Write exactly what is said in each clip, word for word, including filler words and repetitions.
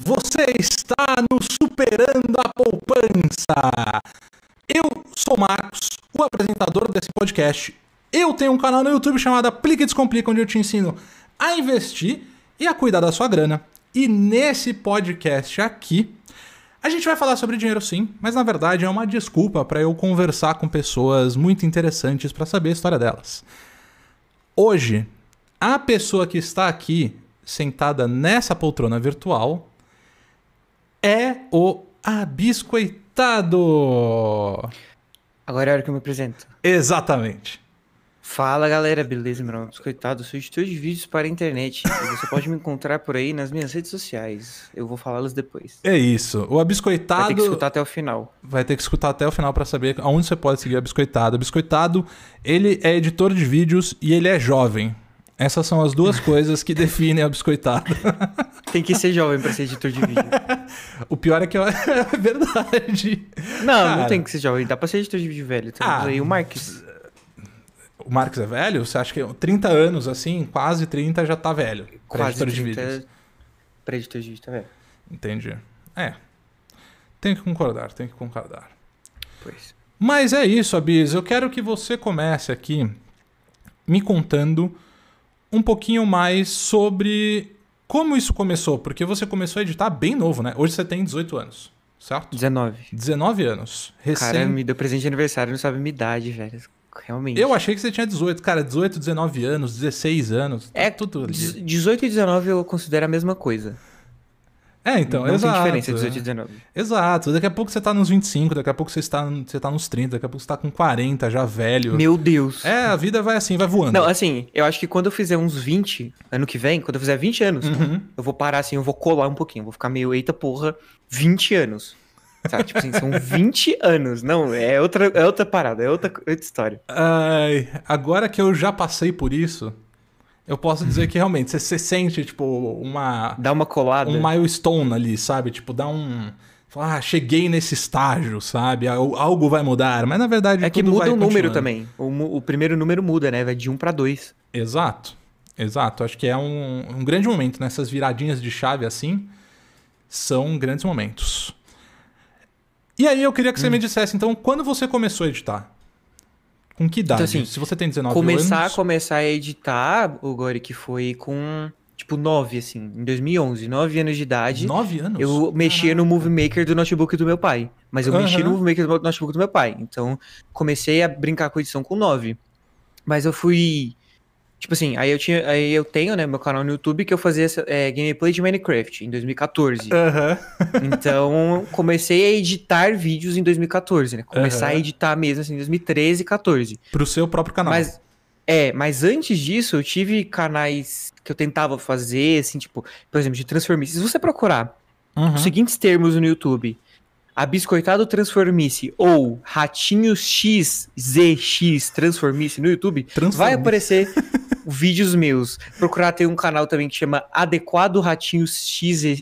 Você está no Superando a Poupança. Eu sou o Marcos, o apresentador desse podcast. Eu tenho um canal no YouTube chamado Aplica e Descomplica, onde eu te ensino a investir e a cuidar da sua grana. E nesse podcast aqui, a gente vai falar sobre dinheiro sim, mas na verdade é uma desculpa para eu conversar com pessoas muito interessantes para saber a história delas. Hoje, a pessoa que está aqui, sentada nessa poltrona virtual, é o Abiscoitado. Agora é a hora que eu me apresento. Exatamente. Fala galera, beleza? Meu nome é Abiscoitado, sou editor de vídeos para a internet e você pode me encontrar por aí nas minhas redes sociais. Eu vou falá-las depois. É isso. O Abiscoitado... Vai ter que escutar até o final. Vai ter que escutar até o final para saber aonde você pode seguir o Abiscoitado. O Abiscoitado, ele é editor de vídeos e ele é jovem. Essas são as duas coisas que definem o Abiscoitado. Tem que ser jovem para ser editor de vídeo. O pior é que é verdade. Não, Cara, não tem que ser jovem. Dá para ser editor de vídeo velho. Temos ah, aí o Marques. O Marcos é velho? Você acha que trinta anos, assim, quase trinta, já tá velho? Pra editor de vídeos. Pra editor de vídeo, tá velho. Entendi. É. Tem que concordar, tem que concordar. Pois. Mas é isso, Abis. Eu quero que você comece aqui me contando um pouquinho mais sobre como isso começou. Porque você começou a editar bem novo, né? Hoje você tem dezoito anos, certo? dezenove. dezenove anos. Recém... Cara, me deu presente de aniversário, não sabe minha idade, velho. Realmente. Eu achei que você tinha dezoito. Cara, dezoito, dezenove anos, dezesseis anos. É, tudo ali. dezoito e dezenove eu considero a mesma coisa. É, então, não exato. Não tem diferença, dezoito e dezenove. Exato. Daqui a pouco você tá nos vinte e cinco, daqui a pouco você está, você tá nos trinta, daqui a pouco você tá com quarenta, já velho. Meu Deus. É, a vida vai assim, vai voando. Não, assim, eu acho que quando eu fizer uns vinte, ano que vem, quando eu fizer vinte anos, Uhum. eu vou parar assim, eu vou colar um pouquinho, vou ficar meio, eita porra, vinte anos. Sabe, tipo assim, são vinte anos. Não, é outra, é outra parada, é outra, outra história. Ai, agora que eu já passei por isso, eu posso dizer que realmente você, você sente, tipo, uma... Dá uma colada. Um milestone ali, sabe? Tipo, dá um... Ah, cheguei nesse estágio, sabe? Algo vai mudar, mas na verdade é que tudo muda vai o número continuando. também. O, o primeiro número muda, né? Vai de um pra dois. Exato, exato. Acho que é um, um grande momento, nessas viradinhas de chave assim, são grandes momentos. E aí eu queria que você hum. me dissesse, então, quando você começou a editar? Com que idade? Então, assim, se você tem dezenove começar, anos... Começar a editar, o Gori, que foi com, tipo, nove, assim, em dois mil e onze. nove anos de idade. nove anos? Eu mexia Caraca. no Movie Maker do notebook do meu pai. Mas eu uhum. mexia no Movie Maker do notebook do meu pai. Então, comecei a brincar com edição com nove. Mas eu fui... Tipo assim, aí eu, tinha, aí eu tenho, né, meu canal no YouTube que eu fazia é, gameplay de Minecraft em dois mil e quatorze. Uhum. Então, comecei a editar vídeos em dois mil e quatorze, né? Começar uhum. a editar mesmo, assim, em dois mil e treze e quatorze. Pro seu próprio canal. Mas, é, mas antes disso, eu tive canais que eu tentava fazer, assim, tipo, por exemplo, de Transformice. Se você procurar uhum. os seguintes termos no YouTube... Abiscoitado Transformice ou Ratinho X Z X Transformice no YouTube, vai aparecer vídeos meus. Procurar, tem um canal também que chama Adequado Ratinho X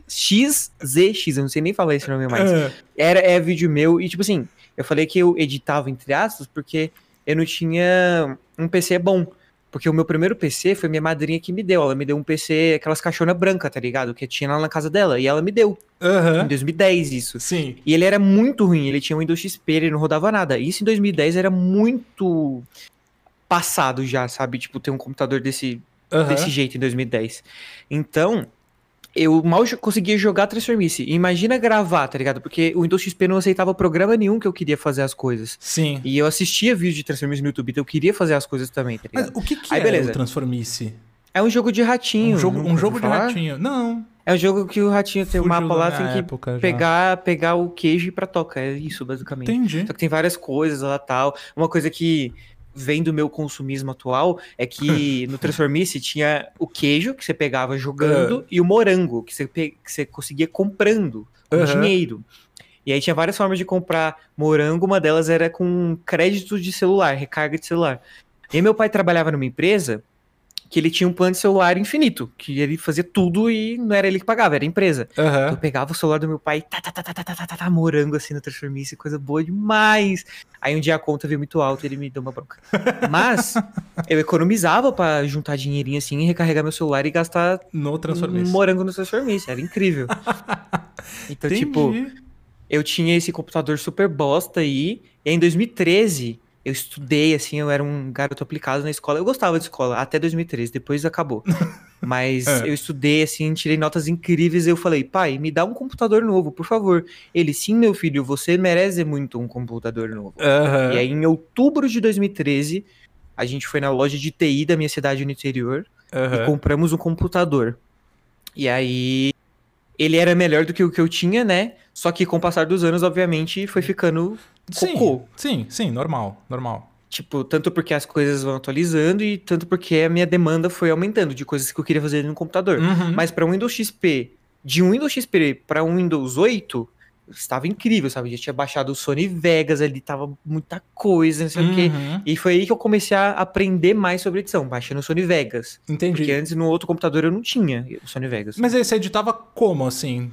Z X, eu não sei nem falar esse nome mais. É. Era, é vídeo meu e tipo assim, eu falei que eu editava entre aspas porque eu não tinha um P C bom. Porque o meu primeiro P C foi minha madrinha que me deu. Ela me deu um P C, aquelas caixonas brancas, tá ligado? Que tinha lá na casa dela. E ela me deu. Uhum. Em dois mil e dez, isso. Sim. E ele era muito ruim. Ele tinha um Windows X P, ele não rodava nada. Isso em dois mil e dez era muito passado já, sabe? Tipo, ter um computador desse, uhum. desse jeito em dois mil e dez. Então... eu mal conseguia jogar Transformice. Imagina gravar, tá ligado? Porque o Windows X P não aceitava programa nenhum que eu queria fazer as coisas. Sim. E eu assistia vídeos de Transformice no YouTube, então eu queria fazer as coisas também, tá ligado? Mas o que, que Aí, é beleza. o Transformice? É um jogo de ratinho. Um jogo, um jogo de ratinho. Não. É um jogo que o ratinho tem o um mapa lá, tem que pegar, já. pegar o queijo e ir pra toca. É isso, basicamente. Entendi. Só que tem várias coisas lá e tal. Uma coisa que... vem do meu consumismo atual, é que no Transformice tinha o queijo, que você pegava jogando, uh. e o morango, que você, pe... que você conseguia comprando com uh-huh. dinheiro. E aí tinha várias formas de comprar morango, uma delas era com crédito de celular, recarga de celular. E aí meu pai trabalhava numa empresa que ele tinha um plano de celular infinito, que ele fazia tudo e não era ele que pagava, era a empresa. Uhum. Então eu pegava o celular do meu pai, tá, tá, tá, tá, tá, tá, tá, tá, morango assim no Transformice, coisa boa demais. Aí um dia a conta veio muito alta e ele me deu uma bronca. Mas eu economizava pra juntar dinheirinho assim e recarregar meu celular e gastar no Transformice. morango no Transformice, era incrível. Então, Entendi. tipo, eu tinha esse computador super bosta aí, e aí em dois mil e treze eu estudei, assim, eu era um garoto aplicado na escola. Eu gostava de escola até dois mil e treze, depois acabou. Mas É. eu estudei, assim, tirei notas incríveis e eu falei, pai, me dá um computador novo, por favor. Ele, sim, meu filho, você merece muito um computador novo. Aham. E aí, em outubro de dois mil e treze, a gente foi na loja de T I da minha cidade no interior e Aham. compramos um computador. E aí, ele era melhor do que o que eu tinha, né? Só que com o passar dos anos, obviamente, foi ficando Sim, cocô. sim, sim, normal, normal. Tipo, tanto porque as coisas vão atualizando e tanto porque a minha demanda foi aumentando de coisas que eu queria fazer no computador. Uhum. Mas para um Windows X P, de um Windows X P para um Windows oito, estava incrível, sabe? Já tinha baixado o Sony Vegas ali, tava muita coisa, não sei o quê. Uhum. E foi aí que eu comecei a aprender mais sobre edição, baixando o Sony Vegas. Entendi. Porque antes no outro computador eu não tinha o Sony Vegas. Mas aí você editava como, assim?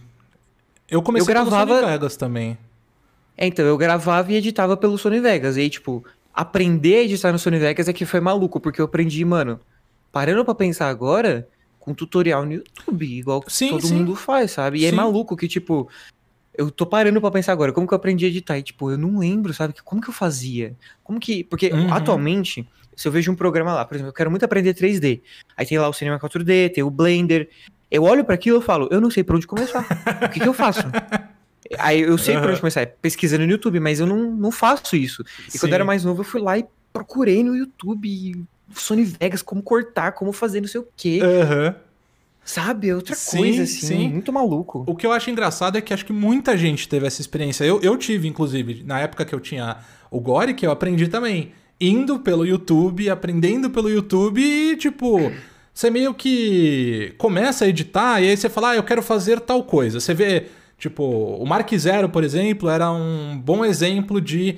Eu comecei Eu gravava- pelo Sony Vegas também. É, então, eu gravava e editava pelo Sony Vegas. E aí, tipo, aprender a editar no Sony Vegas é que foi maluco, porque eu aprendi, mano, parando pra pensar agora, com tutorial no YouTube, igual Sim, todo sim. mundo faz, sabe? E é Sim. maluco que, tipo, eu tô parando pra pensar agora, como que eu aprendi a editar? E, tipo, eu não lembro, sabe? que- Como que eu fazia? Como que... Porque, Uhum. atualmente, se eu vejo um programa lá, por exemplo, eu quero muito aprender três D. Aí tem lá o Cinema quatro D, tem o Blender. Eu olho pra aquilo e eu falo, eu não sei por onde começar. O que que eu faço? Aí eu sei por onde começar, é pesquisando no YouTube, mas eu não, não faço isso. E Sim. quando eu era mais novo, eu fui lá e procurei no YouTube Sony Vegas, como cortar, como fazer não sei o quê. Aham. Sabe? É outra Sim, coisa, assim, sim. muito maluco. O que eu acho engraçado é que acho que muita gente teve essa experiência. Eu, eu tive, inclusive, na época que eu tinha o Gore, que eu aprendi também. Indo pelo YouTube, aprendendo pelo YouTube e, tipo, você meio que começa a editar e aí você fala, ah, eu quero fazer tal coisa. Você vê, tipo, o Mark Zero, por exemplo, era um bom exemplo de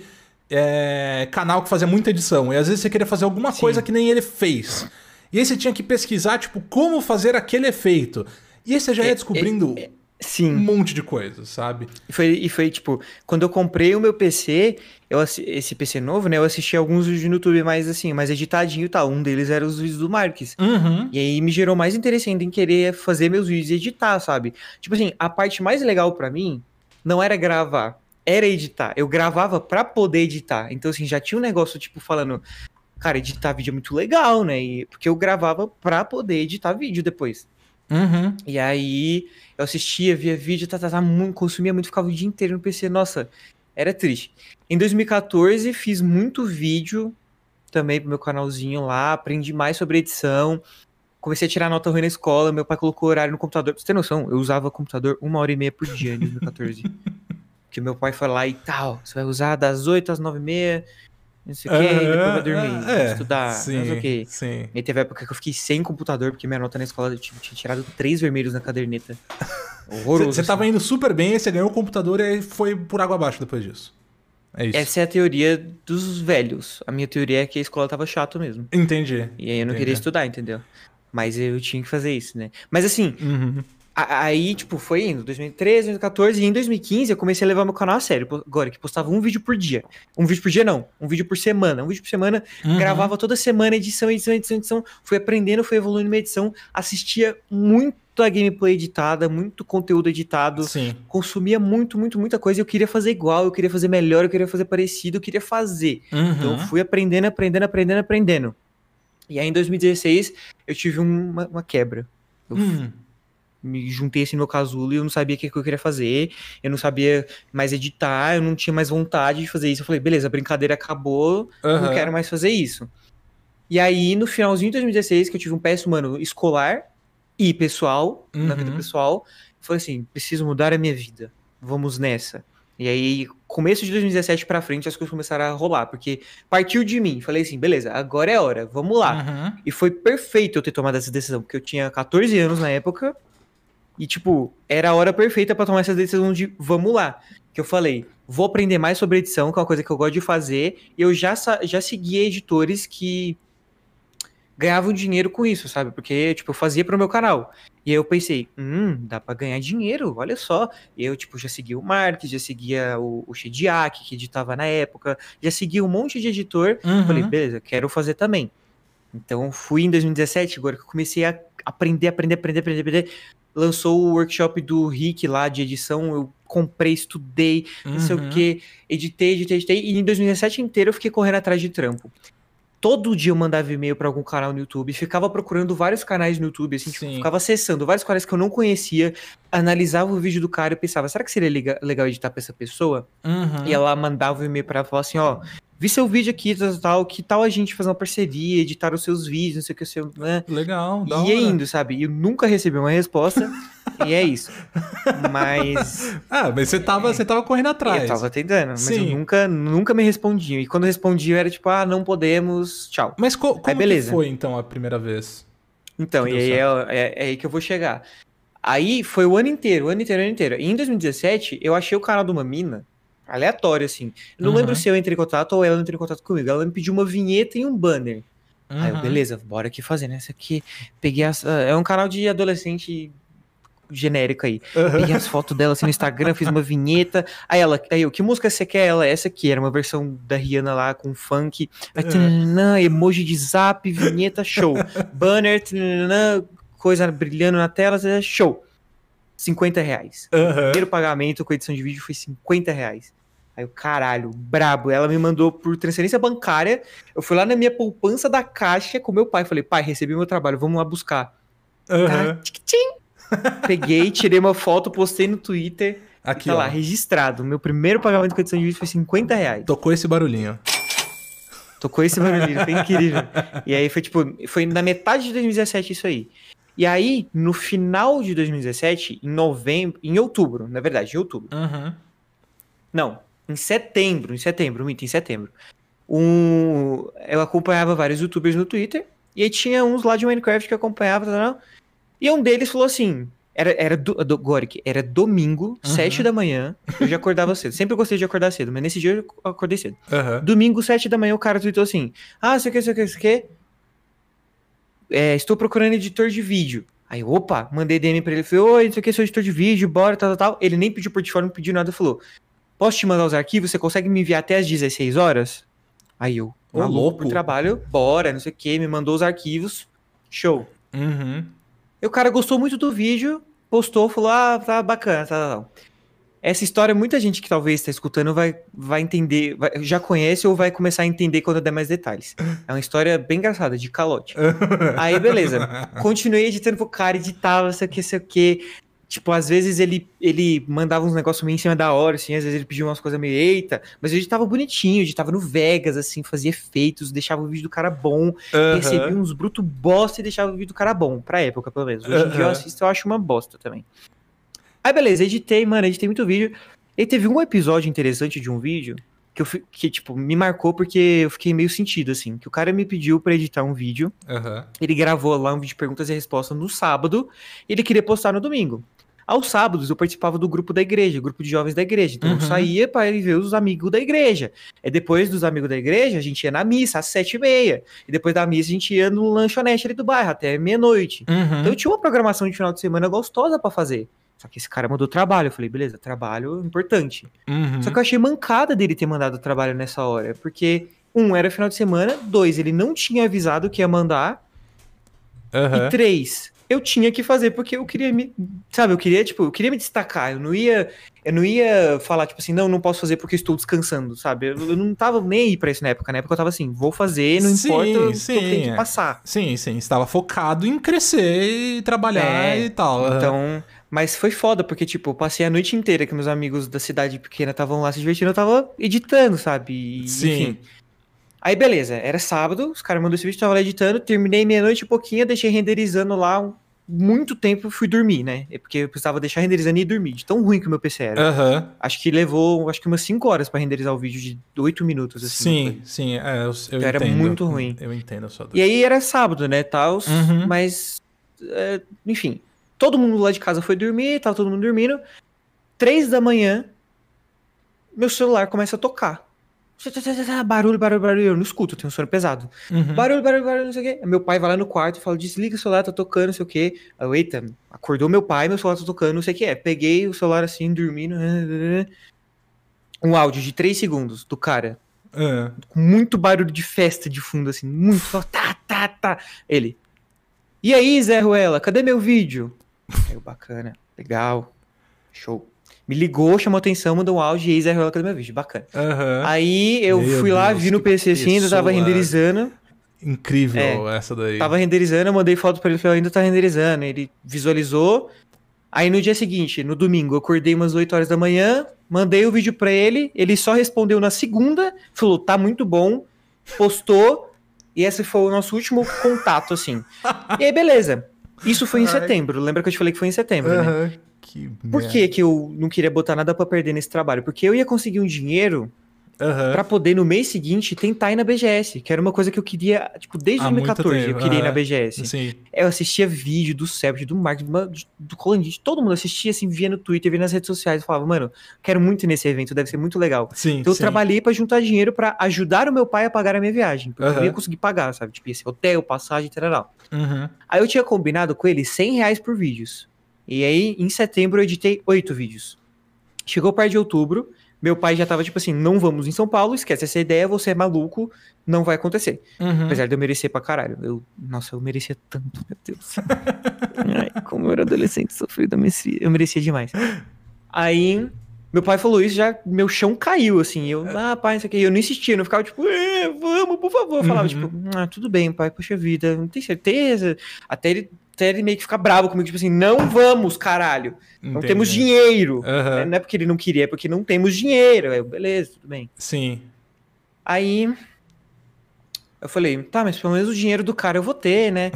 é, canal que fazia muita edição. E às vezes você queria fazer alguma Sim. coisa que nem ele fez. E aí você tinha que pesquisar, tipo, como fazer aquele efeito. E aí você já ia É, descobrindo é, é, um sim. monte de coisas, sabe? E foi, e foi, tipo, quando eu comprei o meu P C, eu, assi- esse P C novo, né? Eu assisti alguns vídeos no YouTube mais assim, mais editadinho e tal. Um deles era os vídeos do Marques. Uhum. E aí me gerou mais interesse ainda em querer fazer meus vídeos e editar, sabe? Tipo assim, a parte mais legal pra mim não era gravar, era editar. Eu gravava pra poder editar. Então, assim, já tinha um negócio, tipo, falando, cara, editar vídeo é muito legal, né? E, porque eu gravava pra poder editar vídeo depois. Uhum. E aí eu assistia, via vídeo, tá, tá, tá, muito, consumia muito, ficava o dia inteiro no P C. Nossa, era triste. Em dois mil e quatorze, fiz muito vídeo também pro meu canalzinho lá, aprendi mais sobre edição. Comecei a tirar nota ruim na escola, meu pai colocou horário no computador. Pra você ter noção, eu usava computador uma hora e meia por dia em dois mil e quatorze. Porque meu pai foi lá e tal, você vai usar das oito às nove e meia, não sei o quê, e depois vai dormir, vai É, estudar, sim, não sei o quê. sim. E teve época que eu fiquei sem computador, porque minha nota na escola eu tinha, tinha tirado três vermelhos na caderneta. Horroroso. Você tava assim. indo super bem, aí você ganhou o computador e aí foi por água abaixo depois disso. É isso. Essa é a teoria dos velhos. A minha teoria é que a escola tava chato mesmo. Entendi. E aí eu não Entendi. queria estudar, entendeu? Mas eu tinha que fazer isso, né? Mas assim, Uhum. a- aí, tipo, foi indo, dois mil e treze, dois mil e quatorze, e em dois mil e quinze eu comecei a levar meu canal a sério. Pô, agora, que postava um vídeo por dia. Um vídeo por dia, não. Um vídeo por semana. Um vídeo por semana, Uhum. gravava toda semana, edição, edição, edição, edição. Fui aprendendo, fui evoluindo minha edição. Assistia muito a gameplay editada, muito conteúdo editado. Sim. Consumia muito, muito, muita coisa. E eu queria fazer igual, eu queria fazer melhor, eu queria fazer parecido, eu queria fazer. Uhum. Então eu fui aprendendo, aprendendo, aprendendo, aprendendo. E aí em dois mil e dezesseis eu tive uma, uma quebra. Eu Hum. me juntei assim no meu casulo e eu não sabia o que, que eu queria fazer, eu não sabia mais editar, eu não tinha mais vontade de fazer isso. Eu falei, beleza, a brincadeira acabou, Uhum. não quero mais fazer isso. E aí, no finalzinho de dois mil e dezesseis, que eu tive um péssimo ano escolar e pessoal, na vida Uhum. pessoal, eu falei assim, preciso mudar a minha vida, vamos nessa. E aí, começo de dois mil e dezessete pra frente, as coisas começaram a rolar, porque partiu de mim. Falei assim, beleza, agora é a hora, vamos lá. Uhum. E foi perfeito eu ter tomado essa decisão, porque eu tinha catorze anos na época, e tipo, era a hora perfeita pra tomar essa decisão de vamos lá. Que eu falei, vou aprender mais sobre edição, que é uma coisa que eu gosto de fazer, e eu já, sa- já seguia editores que ganhavam dinheiro com isso, sabe? Porque, tipo, eu fazia pro meu canal. E aí eu pensei, hum, dá pra ganhar dinheiro, olha só. E eu, tipo, já seguia o Marques, já seguia o, o Shediak, que editava na época, já seguia um monte de editor. Uhum. Falei, beleza, quero fazer também. Então, fui em dois mil e dezessete, agora que eu comecei a aprender, aprender, aprender, aprender, aprender. lançou o workshop do Rick lá de edição, eu comprei, estudei, não uhum. sei o que, editei, editei, editei, e em dois mil e dezessete inteiro eu fiquei correndo atrás de trampo. Todo dia eu mandava e-mail pra algum canal no YouTube, ficava procurando vários canais no YouTube, assim, tipo, ficava acessando vários canais que eu não conhecia, analisava o vídeo do cara e pensava, será que seria legal editar pra essa pessoa? Uhum. E ela mandava o e-mail pra ela e falava assim, ó, vi seu vídeo aqui, tal, tal, que tal a gente fazer uma parceria, editar os seus vídeos, não sei o que, o seu, né? Legal, da E ia indo, sabe? E eu nunca recebi uma resposta, e é isso. Mas... Ah, mas você tava, é, você tava correndo atrás. Eu tava tentando, mas Sim. eu nunca, nunca me respondiam. E quando respondiam era tipo, ah, não podemos, tchau. Mas co como aí, beleza. que foi, então, a primeira vez? Então, e aí é, é, é aí que eu vou chegar. Aí foi o ano inteiro, o ano inteiro, o ano inteiro. E em dois mil e dezessete, eu achei o canal de uma mina, aleatório, assim. Eu não uhum. lembro se eu entrei em contato ou ela entrou em contato comigo. Ela me pediu uma vinheta e um banner. Uhum. Aí eu, beleza, bora aqui fazer, né? Essa aqui, peguei as... É um canal de adolescente... genérico aí. Uhum. Peguei as fotos dela assim no Instagram, fiz uma vinheta. Aí ela, aí eu, que música você quer? Ela, essa aqui, era uma versão da Rihanna lá com funk. Aí, tanana, emoji de zap, vinheta, show. Banner, tanana, coisa brilhando na tela, show. cinquenta reais. Uhum. O primeiro pagamento com edição de vídeo foi cinquenta reais. Aí eu, caralho, brabo. Ela me mandou por transferência bancária. Eu fui lá na minha poupança da Caixa com meu pai. Falei, pai, recebi meu trabalho, vamos lá buscar. Uhum. Tá, tchim. Peguei, tirei uma foto, postei no Twitter. Aqui, tá ó. lá, registrado. Meu primeiro pagamento com edição de vídeo foi cinquenta reais. Tocou esse barulhinho. Tocou esse barulhinho, foi incrível. E aí foi tipo, foi na metade de dois mil e dezessete isso aí. E aí, no final de dois mil e dezessete, em novembro, em outubro, na verdade, em outubro. Uhum. Não, em setembro, em setembro, muito, em setembro. Um, eu acompanhava vários youtubers no Twitter, e aí tinha uns lá de Minecraft que eu acompanhava, tá, tá, e um deles falou assim, era, era, do, do, Goric, era domingo, uhum. sete da manhã, eu já acordava cedo. Sempre gostei de acordar cedo, mas nesse dia eu acordei cedo. Uhum. Domingo, sete da manhã, o cara tweetou assim, ah, sei o que, sei o que, sei o que, é, estou procurando editor de vídeo. Aí, opa, mandei D M pra ele, falei, oi, não sei o que, sou editor de vídeo, bora, tal, tal, tal. Ele nem pediu portfólio, não pediu nada, falou, posso te mandar os arquivos, você consegue me enviar até às dezesseis horas? Aí eu, Ô, louco, pro trabalho, bora, não sei o que, me mandou os arquivos, show. Uhum. E o cara gostou muito do vídeo, postou, falou, ah, tá bacana, tá, tá, tá. Essa história, muita gente que talvez está escutando vai, vai entender, vai, já conhece ou vai começar a entender quando eu der mais detalhes. É uma história bem engraçada, de calote. Aí, beleza. Continuei editando pro cara, editava, sei o que, sei o que. Tipo, às vezes ele, ele mandava uns negócios meio em cima da hora, assim, às vezes ele pedia umas coisas meio eita, mas eu editava bonitinho, editava no Vegas, assim, fazia efeitos, deixava o vídeo do cara bom, uhum. recebia uns bruto bosta e deixava o vídeo do cara bom, pra época, pelo menos. Hoje em uhum. dia eu assisto, eu acho uma bosta também. Aí, beleza, editei, mano, editei muito vídeo. E teve um episódio interessante de um vídeo que, eu, que tipo, me marcou porque eu fiquei meio sentido, assim, que o cara me pediu pra editar um vídeo, uhum. ele gravou lá um vídeo de perguntas e respostas no sábado, e ele queria postar no domingo. Aos sábados eu participava do grupo da igreja, grupo de jovens da igreja, então uhum. eu saía para ir ver os amigos da igreja. E depois dos amigos da igreja, a gente ia na missa às sete e meia. E depois da missa a gente ia no lanchonete ali do bairro até meia-noite. Uhum. Então eu tinha uma programação de final de semana gostosa para fazer. Só que esse cara mandou trabalho. Eu falei, beleza, trabalho importante. Uhum. Só que eu achei mancada dele ter mandado trabalho nessa hora. Porque, um, era final de semana. Dois, ele não tinha avisado que ia mandar. Uhum. E três, eu tinha que fazer porque eu queria me... Sabe, eu queria, tipo, eu queria me destacar. Eu não ia... Eu não ia falar, tipo assim, não, não posso fazer porque estou descansando, sabe? Eu, eu não tava nem aí pra isso na época. Na época eu tava assim, vou fazer, não sim, importa, sim, eu tenho que passar. Sim, sim. Estava focado em crescer e trabalhar é, e tal. Então... Mas foi foda, porque, tipo, eu passei a noite inteira que meus amigos da cidade pequena estavam lá se divertindo, eu tava editando, sabe? E, sim. Enfim. Aí, beleza, era sábado, os caras mandaram esse vídeo, tava lá editando, terminei meia-noite e pouquinho, deixei renderizando lá um, muito tempo, fui dormir, né? É porque eu precisava deixar renderizando e dormir, de tão ruim que o meu P C era. Uhum. Acho que levou, acho que umas cinco horas pra renderizar o vídeo de oito minutos, assim. Sim, sim, é, eu, eu então entendo. Era muito ruim. Eu entendo a sua dúvida. E aí era sábado, né, tal, uhum. mas, é, enfim... Todo mundo lá de casa foi dormir, tava todo mundo dormindo. Três da manhã, meu celular começa a tocar. Barulho, barulho, barulho. Eu não escuto, eu tenho um sono pesado. Uhum. Barulho, barulho, barulho, não sei o quê. Meu pai vai lá no quarto e fala, desliga o celular, tá tocando, não sei o quê. Aí eu, eita, acordou meu pai, meu celular tá tocando, não sei o que é. Peguei o celular assim, dormindo. Um áudio de três segundos do cara. Uhum. Com muito barulho de festa de fundo, assim. Muito. Tá, tá, tá. Ele... E aí, Zé Ruela, cadê meu vídeo? Aí eu, bacana, legal, show. Me ligou, chamou atenção, mandou um áudio e eis a reoloca do meu vídeo, bacana. Uhum. Aí eu Meu fui lá, Deus, vi no P C assim, ainda tava pessoa renderizando. Incrível é, essa daí. Tava renderizando, eu mandei foto pra ele, falei, ainda tá renderizando. Ele visualizou. Aí no dia seguinte, no domingo, eu acordei umas oito horas da manhã, mandei o vídeo pra ele, ele só respondeu na segunda, falou, tá muito bom, postou, e esse foi o nosso último contato, assim. E aí, beleza. Isso foi em setembro, lembra que eu te falei que foi em setembro, uhum. né? Que Por que que eu não queria botar nada pra perder nesse trabalho? Porque eu ia conseguir um dinheiro uhum. pra poder, no mês seguinte, tentar ir na B G S, que era uma coisa que eu queria, tipo, desde dois mil e quatorze eu queria uhum. ir na B G S. Sim. Eu assistia vídeo do Sept, do Mark, do, do Colandit, todo mundo assistia, assim, via no Twitter, via nas redes sociais, eu falava, mano, quero muito ir nesse evento, deve ser muito legal. Sim, então eu sim. trabalhei pra juntar dinheiro pra ajudar o meu pai a pagar a minha viagem, porque uhum. eu ia conseguir pagar, sabe, tipo, esse hotel, passagem, tal. Uhum. Aí eu tinha combinado com ele cem reais por vídeos. E aí, em setembro, eu editei oito vídeos. Chegou perto de outubro, meu pai já tava tipo assim, não vamos em São Paulo, esquece essa ideia, você é maluco, não vai acontecer. Uhum. Apesar de eu merecer pra caralho. Eu, nossa, eu merecia tanto, meu Deus. Ai, como eu era adolescente sofrido, eu merecia, eu merecia demais. Aí, meu pai falou isso, já meu chão caiu, assim. Eu, ah, pai, isso aqui. Eu não insistia, eu não ficava tipo, eh, vamos, por favor. Eu falava, uhum. tipo, ah, tudo bem, pai, poxa vida, não tem certeza. Até ele... Até ele meio que fica bravo comigo, tipo assim, não vamos, caralho. Não Entendi. Temos dinheiro. Uhum. Não é porque ele não queria, é porque não temos dinheiro. Eu, beleza, tudo bem. Sim. Aí, eu falei, tá, mas pelo menos o dinheiro do cara eu vou ter, né?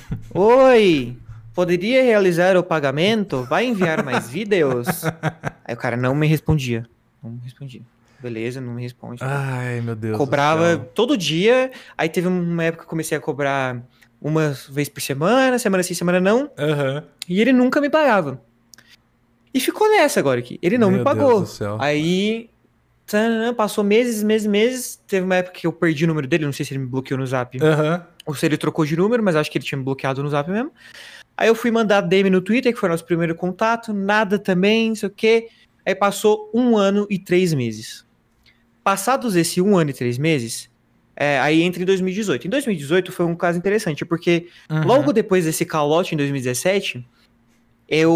Oi, poderia realizar o pagamento? Vai enviar mais vídeos? Aí o cara não me respondia. Não me respondia. Beleza, não me responde. Ai, meu Deus. Cobrava todo dia. Aí teve uma época que eu comecei a cobrar uma vez por semana, semana sim, semana não. Uhum. E ele nunca me pagava. E ficou nessa agora aqui. Ele não Meu me pagou. Deus do céu. Aí, tchan, passou meses, meses, meses. Teve uma época que eu perdi o número dele. Não sei se ele me bloqueou no Zap. Uhum. Ou se ele trocou de número, mas acho que ele tinha me bloqueado no Zap mesmo. Aí eu fui mandar D M no Twitter, que foi o nosso primeiro contato. Nada também, não sei o quê. Aí passou um ano e três meses. Passados esse um ano e três meses... É, aí entra em dois mil e dezoito. Em dois mil e dezoito foi um caso interessante, porque uhum. logo depois desse calote, em dois mil e dezessete, eu,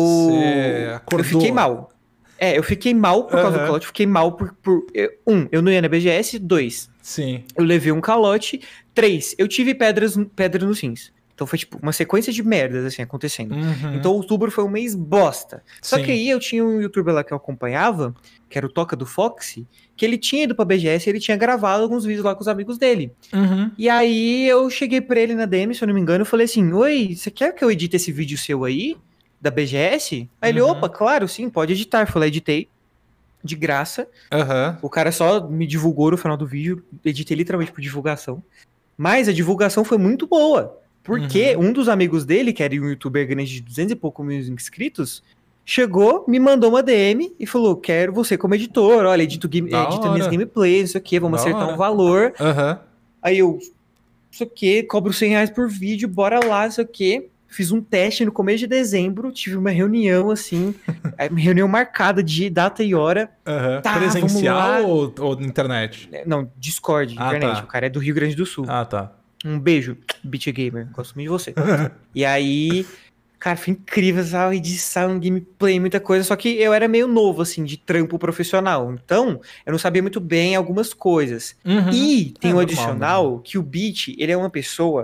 eu fiquei mal. É, eu fiquei mal por causa uhum. do calote, fiquei mal por, por... Um, eu não ia na B G S. Dois, Sim. eu levei um calote. Três, eu tive pedras, pedra nos rins. Então foi tipo uma sequência de merdas assim acontecendo. Uhum. Então outubro foi um mês bosta. Só Sim. que aí eu tinha um youtuber lá que eu acompanhava, que era o Toca do Foxy, que ele tinha ido pra B G S e ele tinha gravado alguns vídeos lá com os amigos dele. Uhum. E aí eu cheguei pra ele na D M, se eu não me engano, e falei assim, oi, você quer que eu edite esse vídeo seu aí, da B G S? Aí uhum. ele, opa, claro, sim, pode editar. Eu falei, editei, de graça. Uhum. O cara só me divulgou no final do vídeo, editei literalmente por divulgação. Mas a divulgação foi muito boa. Porque uhum. um dos amigos dele, que era um youtuber grande de duzentos e poucos mil inscritos, chegou, me mandou uma D M e falou, quero você como editor, olha, edito, game, edita minhas gameplays, isso aqui, vamos da acertar hora. Um valor. Uhum. Aí eu, isso aqui, cobro cem reais por vídeo, bora lá, isso aqui. Fiz um teste no começo de dezembro, tive uma reunião, assim, uma reunião marcada de data e hora. Uhum. Tá, presencial ou, ou internet? Não, Discord, ah, internet, tá. O cara é do Rio Grande do Sul. Ah, tá. Um beijo, Beat Gamer. Gosto muito de você. E aí, cara, foi incrível essa edição, gameplay, muita coisa. Só que eu era meio novo, assim, de trampo profissional. Então, eu não sabia muito bem algumas coisas. Uhum. E tem é um normal, adicional né? que o Beat, ele é uma pessoa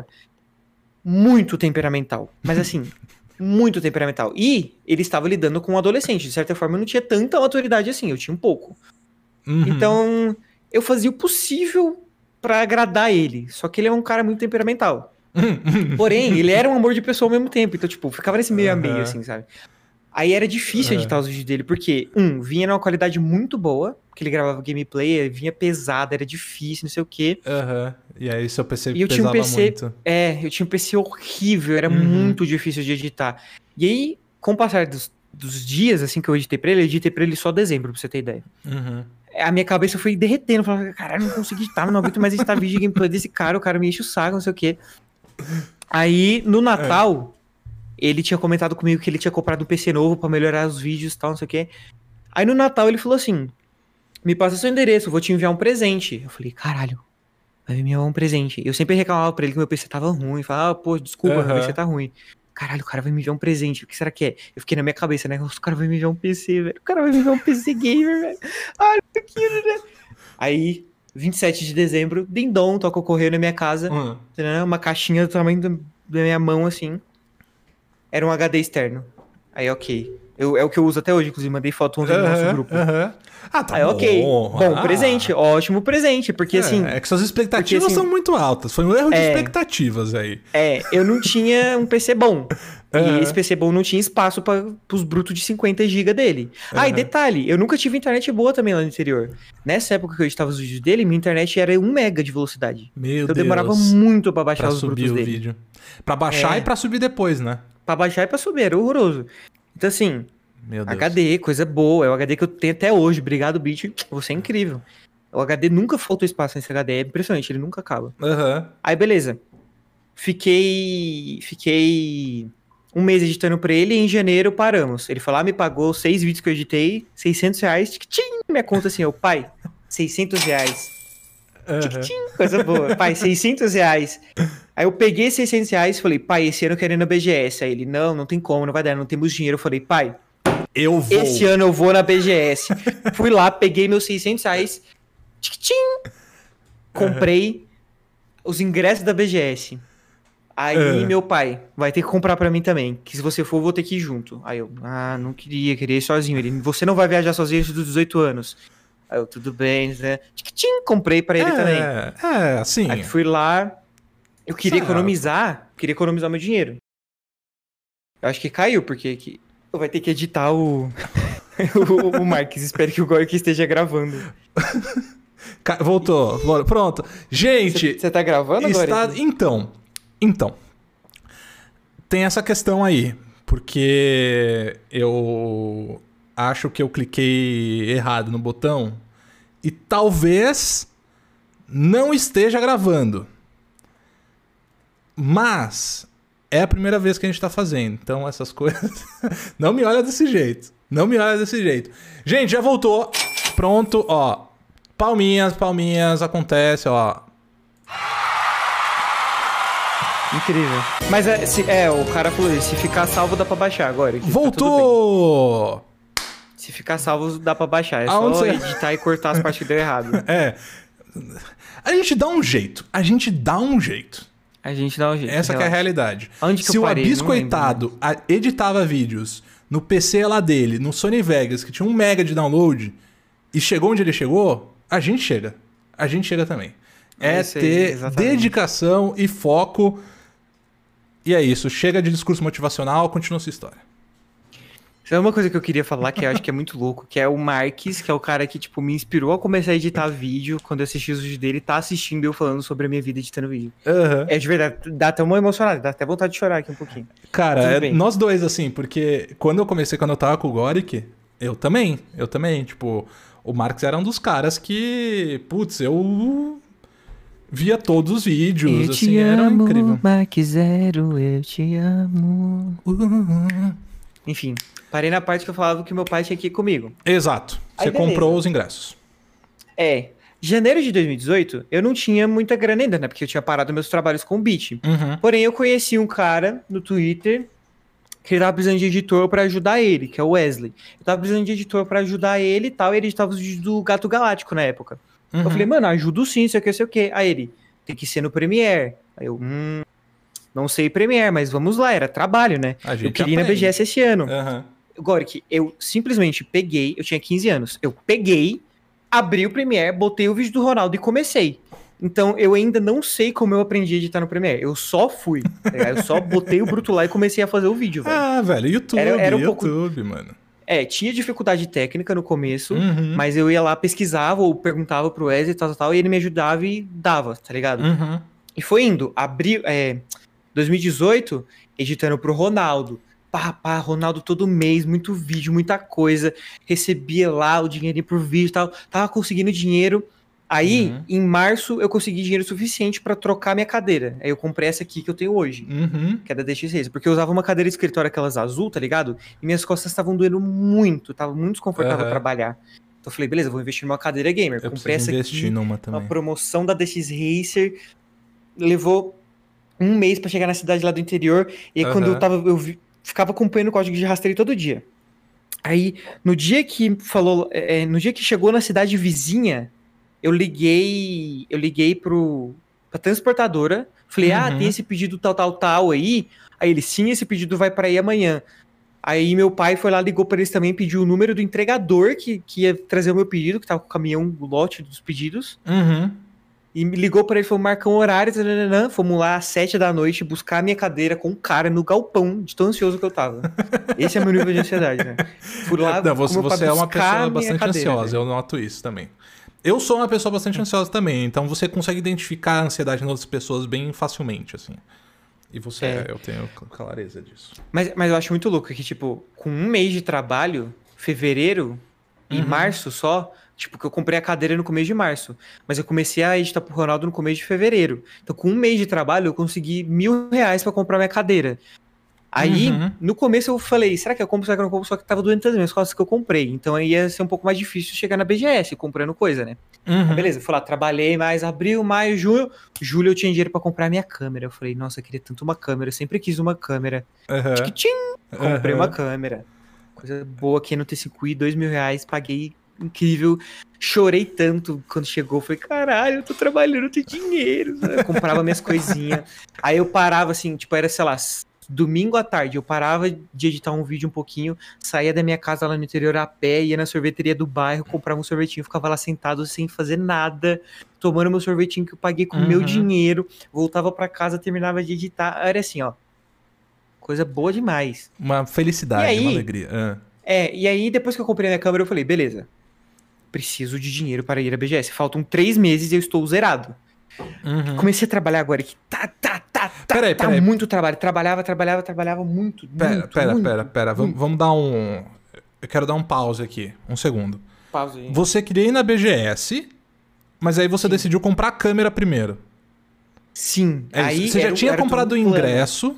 muito temperamental. Mas assim, muito temperamental. E ele estava lidando com um adolescente. De certa forma, eu não tinha tanta autoridade assim. Eu tinha um pouco. Uhum. Então, eu fazia o possível pra agradar ele. Só que ele é um cara muito temperamental. Porém, ele era um amor de pessoa ao mesmo tempo. Então, tipo, ficava nesse meio a meio, assim, sabe? Aí era difícil uhum. editar os vídeos dele, porque, um, vinha numa qualidade muito boa, porque ele gravava gameplay, vinha pesado, era difícil, não sei o quê. Aham. Uhum. E aí seu P C e eu pesava tinha um P C, muito. É, eu tinha um P C horrível, era uhum. muito difícil de editar. E aí, com o passar dos, dos dias, assim, que eu editei pra ele, eu editei pra ele só dezembro, pra você ter ideia. Uhum. A minha cabeça foi derretendo, falando, caralho, não consegui editar, não aguento mais editar vídeo de gameplay desse cara, o cara me enche o saco, não sei o quê. Aí, no Natal, é. ele tinha comentado comigo que ele tinha comprado um P C novo pra melhorar os vídeos e tal, não sei o quê. Aí, no Natal, ele falou assim, me passa seu endereço, eu vou te enviar um presente. Eu falei, caralho, vai me enviar um presente. Eu sempre reclamava pra ele que meu P C tava ruim, falava, ah, pô, desculpa, uhum. meu P C tá ruim. caralho, o cara vai me enviar um presente, o que será que é? Eu fiquei na minha cabeça, né? O cara vai me enviar um P C, velho. O cara vai me enviar um P C gamer, velho. Ai, que cute, né? Aí, vinte e sete de dezembro, dindom, toca o correio na minha casa. Uhum. Uma caixinha do tamanho da minha mão, assim. Era um H D externo. Aí, ok. Eu, é o que eu uso até hoje, inclusive, mandei foto ontem no uhum, nosso grupo. Uhum. Ah, tá Aí, bom. ok. Bom, ah. presente, ótimo presente, porque é, assim... É que suas expectativas porque, assim, são muito altas, foi um erro de é, expectativas aí. É, eu não tinha um P C bom, uhum. e esse P C bom não tinha espaço para os brutos de cinquenta gigas dele. Uhum. Ah, e detalhe, eu nunca tive internet boa também lá no interior. Nessa época que eu editava os vídeos dele, minha internet era um mega de velocidade. Meu então Deus. Eu demorava muito para baixar pra os brutos o dele. Vídeo. Pra baixar é. e pra subir depois, né? Pra baixar e pra subir, era horroroso. Então assim... Meu Deus. H D, coisa boa. É o H D que eu tenho até hoje. Obrigado, Beat. Você é incrível. O H D nunca faltou espaço nesse H D. É impressionante, ele nunca acaba. Uhum. Aí, beleza. Fiquei... Fiquei um mês editando pra ele e em janeiro paramos. Ele falou, ah, me pagou seis vídeos que eu editei, seiscentos reais. Tchim, minha conta assim, eu, pai, seiscentos reais. Uhum. Tchim, coisa boa. Pai, seiscentos reais. Aí eu peguei seiscentos reais e falei, pai, esse ano eu quero ir na B G S. Aí ele, não, não tem como, não vai dar, não temos dinheiro. Eu falei, pai... Eu vou. Esse ano eu vou na B G S. Fui lá, peguei meus seiscentos reais. Tchim, comprei uhum. os ingressos da B G S. Aí uhum. meu pai, vai ter que comprar pra mim também. Que se você for, eu vou ter que ir junto. Aí eu, ah, não queria, queria ir sozinho. Ele, você não vai viajar sozinho antes dos dezoito anos. Aí eu, tudo bem, né? Tchim, comprei pra ele é, também. É, assim. Aí fui lá. Eu queria certo. economizar, queria economizar meu dinheiro. Eu acho que caiu, porque... Que... Vai ter que editar o, o, o Marques. Espero que o Gork esteja gravando. Voltou. Pronto. Gente... Você tá gravando está... agora? Então. Então. Tem essa questão aí. Porque eu acho que eu cliquei errado no botão e talvez não esteja gravando. Mas... é a primeira vez que a gente tá fazendo. Então, essas coisas... não me olha desse jeito. Não me olha desse jeito. Gente, já voltou. Pronto, ó. Palminhas, palminhas. Acontece, ó. Incrível. Mas é, se, é o cara falou isso. Se ficar salvo, dá pra baixar agora. Voltou! Tá se ficar salvo, dá pra baixar. É Aonde só você... editar e cortar as partes que deu errado. É. A gente dá um jeito. A gente dá um jeito. A gente dá um jeito. Essa que é a realidade. Onde que Se eu o parei? Abiscoitado editava vídeos no P C lá dele, no Sony Vegas, que tinha um mega de download, e chegou onde ele chegou, a gente chega. A gente chega também. É, é ter exatamente. dedicação e foco. E é isso. Chega de discurso motivacional, continua sua história. Sabe uma coisa que eu queria falar que eu acho que é muito louco, que é o Marques, que é o cara que, tipo, me inspirou a começar a editar vídeo. Quando eu assisti os vídeos dele, tá assistindo eu falando sobre a minha vida editando vídeo. Uhum. É de verdade, dá até uma emocionada, dá até vontade de chorar aqui um pouquinho. Cara, é, nós dois, assim, porque quando eu comecei, quando eu tava com o Gorik, eu também, eu também, tipo, o Marques era um dos caras que, putz, eu via todos os vídeos, eu assim, te era amo, incrível. Marques Zero, eu te amo. Uhum. Enfim... Parei na parte que eu falava que meu pai tinha que ir comigo. Exato. Você comprou os ingressos. É. Janeiro de dois mil e dezoito, eu não tinha muita grana ainda, né? Porque eu tinha parado meus trabalhos com o Beat. Uhum. Porém, eu conheci um cara no Twitter que ele tava precisando de editor pra ajudar ele, que é o Wesley. Eu tava precisando de editor pra ajudar ele e tal, e ele editava os vídeos do Gato Galáctico na época. Uhum. Eu falei, mano, ajudo sim, sei o que, sei o que. Aí ele, tem que ser no Premiere. Aí eu, hum, não sei Premiere, mas vamos lá, era trabalho, né? Eu queria ir na B G S esse ano. Uhum. Gork, eu simplesmente peguei, eu tinha quinze anos, eu peguei, abri o Premiere, botei o vídeo do Ronaldo e comecei. Então, eu ainda não sei como eu aprendi a editar no Premiere, eu só fui, tá? Eu só botei o bruto lá e comecei a fazer o vídeo, velho. Ah, velho, YouTube, era, era um YouTube, pouco... mano. É, tinha dificuldade técnica no começo, uhum. mas eu ia lá, pesquisava ou perguntava pro Wesley e tal, tal, tal, e ele me ajudava e dava, tá ligado? Uhum. E foi indo, abri, é, dois mil e dezoito, editando pro Ronaldo. Pá, pá, Ronaldo todo mês, muito vídeo, muita coisa, recebia lá o dinheirinho por vídeo e tal, tava conseguindo dinheiro, aí uhum. em março eu consegui dinheiro suficiente pra trocar minha cadeira, aí eu comprei essa aqui que eu tenho hoje, uhum. que é da D X seis, porque eu usava uma cadeira de escritório, aquelas azul, tá ligado? E minhas costas estavam doendo muito, tava muito desconfortável uhum. trabalhar, então eu falei, beleza, vou investir numa cadeira gamer, eu comprei essa investir aqui, numa também. uma promoção da D X Racer, levou um mês pra chegar na cidade lá do interior. E aí Uhum. quando eu tava, eu vi, ficava acompanhando o código de rastreio todo dia. Aí, no dia que falou, é, no dia que chegou na cidade vizinha, eu liguei, eu liguei pro, pra transportadora, falei, Uhum. ah, tem esse pedido tal, tal, tal aí. Aí ele, sim, esse pedido vai pra aí amanhã. Aí meu pai foi lá, ligou pra eles também, pediu o número do entregador que, que ia trazer o meu pedido, que tava com o caminhão, o lote dos pedidos. Uhum. E me ligou pra ele, falou, marcam horário, tananã. Fomos lá às sete da noite buscar a minha cadeira com um cara no galpão, de tão ansioso que eu tava. Esse é meu nível de ansiedade, né? Fui lá, Não, você, com meu pai você é uma buscar pessoa a minha bastante cadeira, ansiosa, velho. eu noto isso também. Eu sou uma pessoa bastante ansiosa também, então você consegue identificar a ansiedade nas outras pessoas bem facilmente, assim. E você, É. eu tenho clareza disso. Mas, mas eu acho muito louco que, tipo, com um mês de trabalho, fevereiro e Uhum. março só, tipo, que eu comprei a cadeira no começo de março, mas eu comecei a editar pro Ronaldo no começo de fevereiro. Então, com um mês de trabalho, eu consegui mil reais pra comprar minha cadeira. Aí, Uhum. no começo eu falei, será que eu compro, será que eu não compro? Só que tava doendo tantas minhas costas que eu comprei. Então aí ia ser um pouco mais difícil chegar na B G S comprando coisa, né? Uhum. Aí, beleza, fui lá, trabalhei mais abril, maio, junho. Julho eu tinha dinheiro pra comprar minha câmera. Eu falei, nossa, eu queria tanto uma câmera, eu sempre quis uma câmera. Uhum. Tchiquitim! Comprei Uhum. uma câmera. Coisa boa aqui no T cinco i, dois mil reais, paguei incrível. Chorei tanto quando chegou. Falei, caralho, eu tô trabalhando, eu tenho dinheiro. Eu comprava minhas coisinhas. Aí eu parava assim, tipo, era, sei lá, domingo à tarde. Eu parava de editar um vídeo um pouquinho, saía da minha casa lá no interior a pé, ia na sorveteria do bairro, comprava um sorvetinho, ficava lá sentado sem fazer nada, tomando meu sorvetinho que eu paguei com o Uhum. meu dinheiro. Voltava pra casa, terminava de editar. Era assim, ó. Coisa boa demais. Uma felicidade, E aí, uma alegria. Ah. É, e aí depois que eu comprei minha câmera, eu falei, beleza, preciso de dinheiro para ir à B G S. Faltam três meses e eu estou zerado. Uhum. Comecei a trabalhar agora que tá, tá, tá, tá, Peraí, tá peraí. muito trabalho. Trabalhava, trabalhava, trabalhava muito, Pera, muito, pera, muito, pera, pera. Vamos, muito. vamos dar um... Eu quero dar um pause aqui. Um segundo. Pausa aí. Você queria ir na B G S, mas aí você Sim. decidiu comprar a câmera primeiro. Sim. É isso. Aí Você já era- tinha era comprado o tudo um plano. ingresso,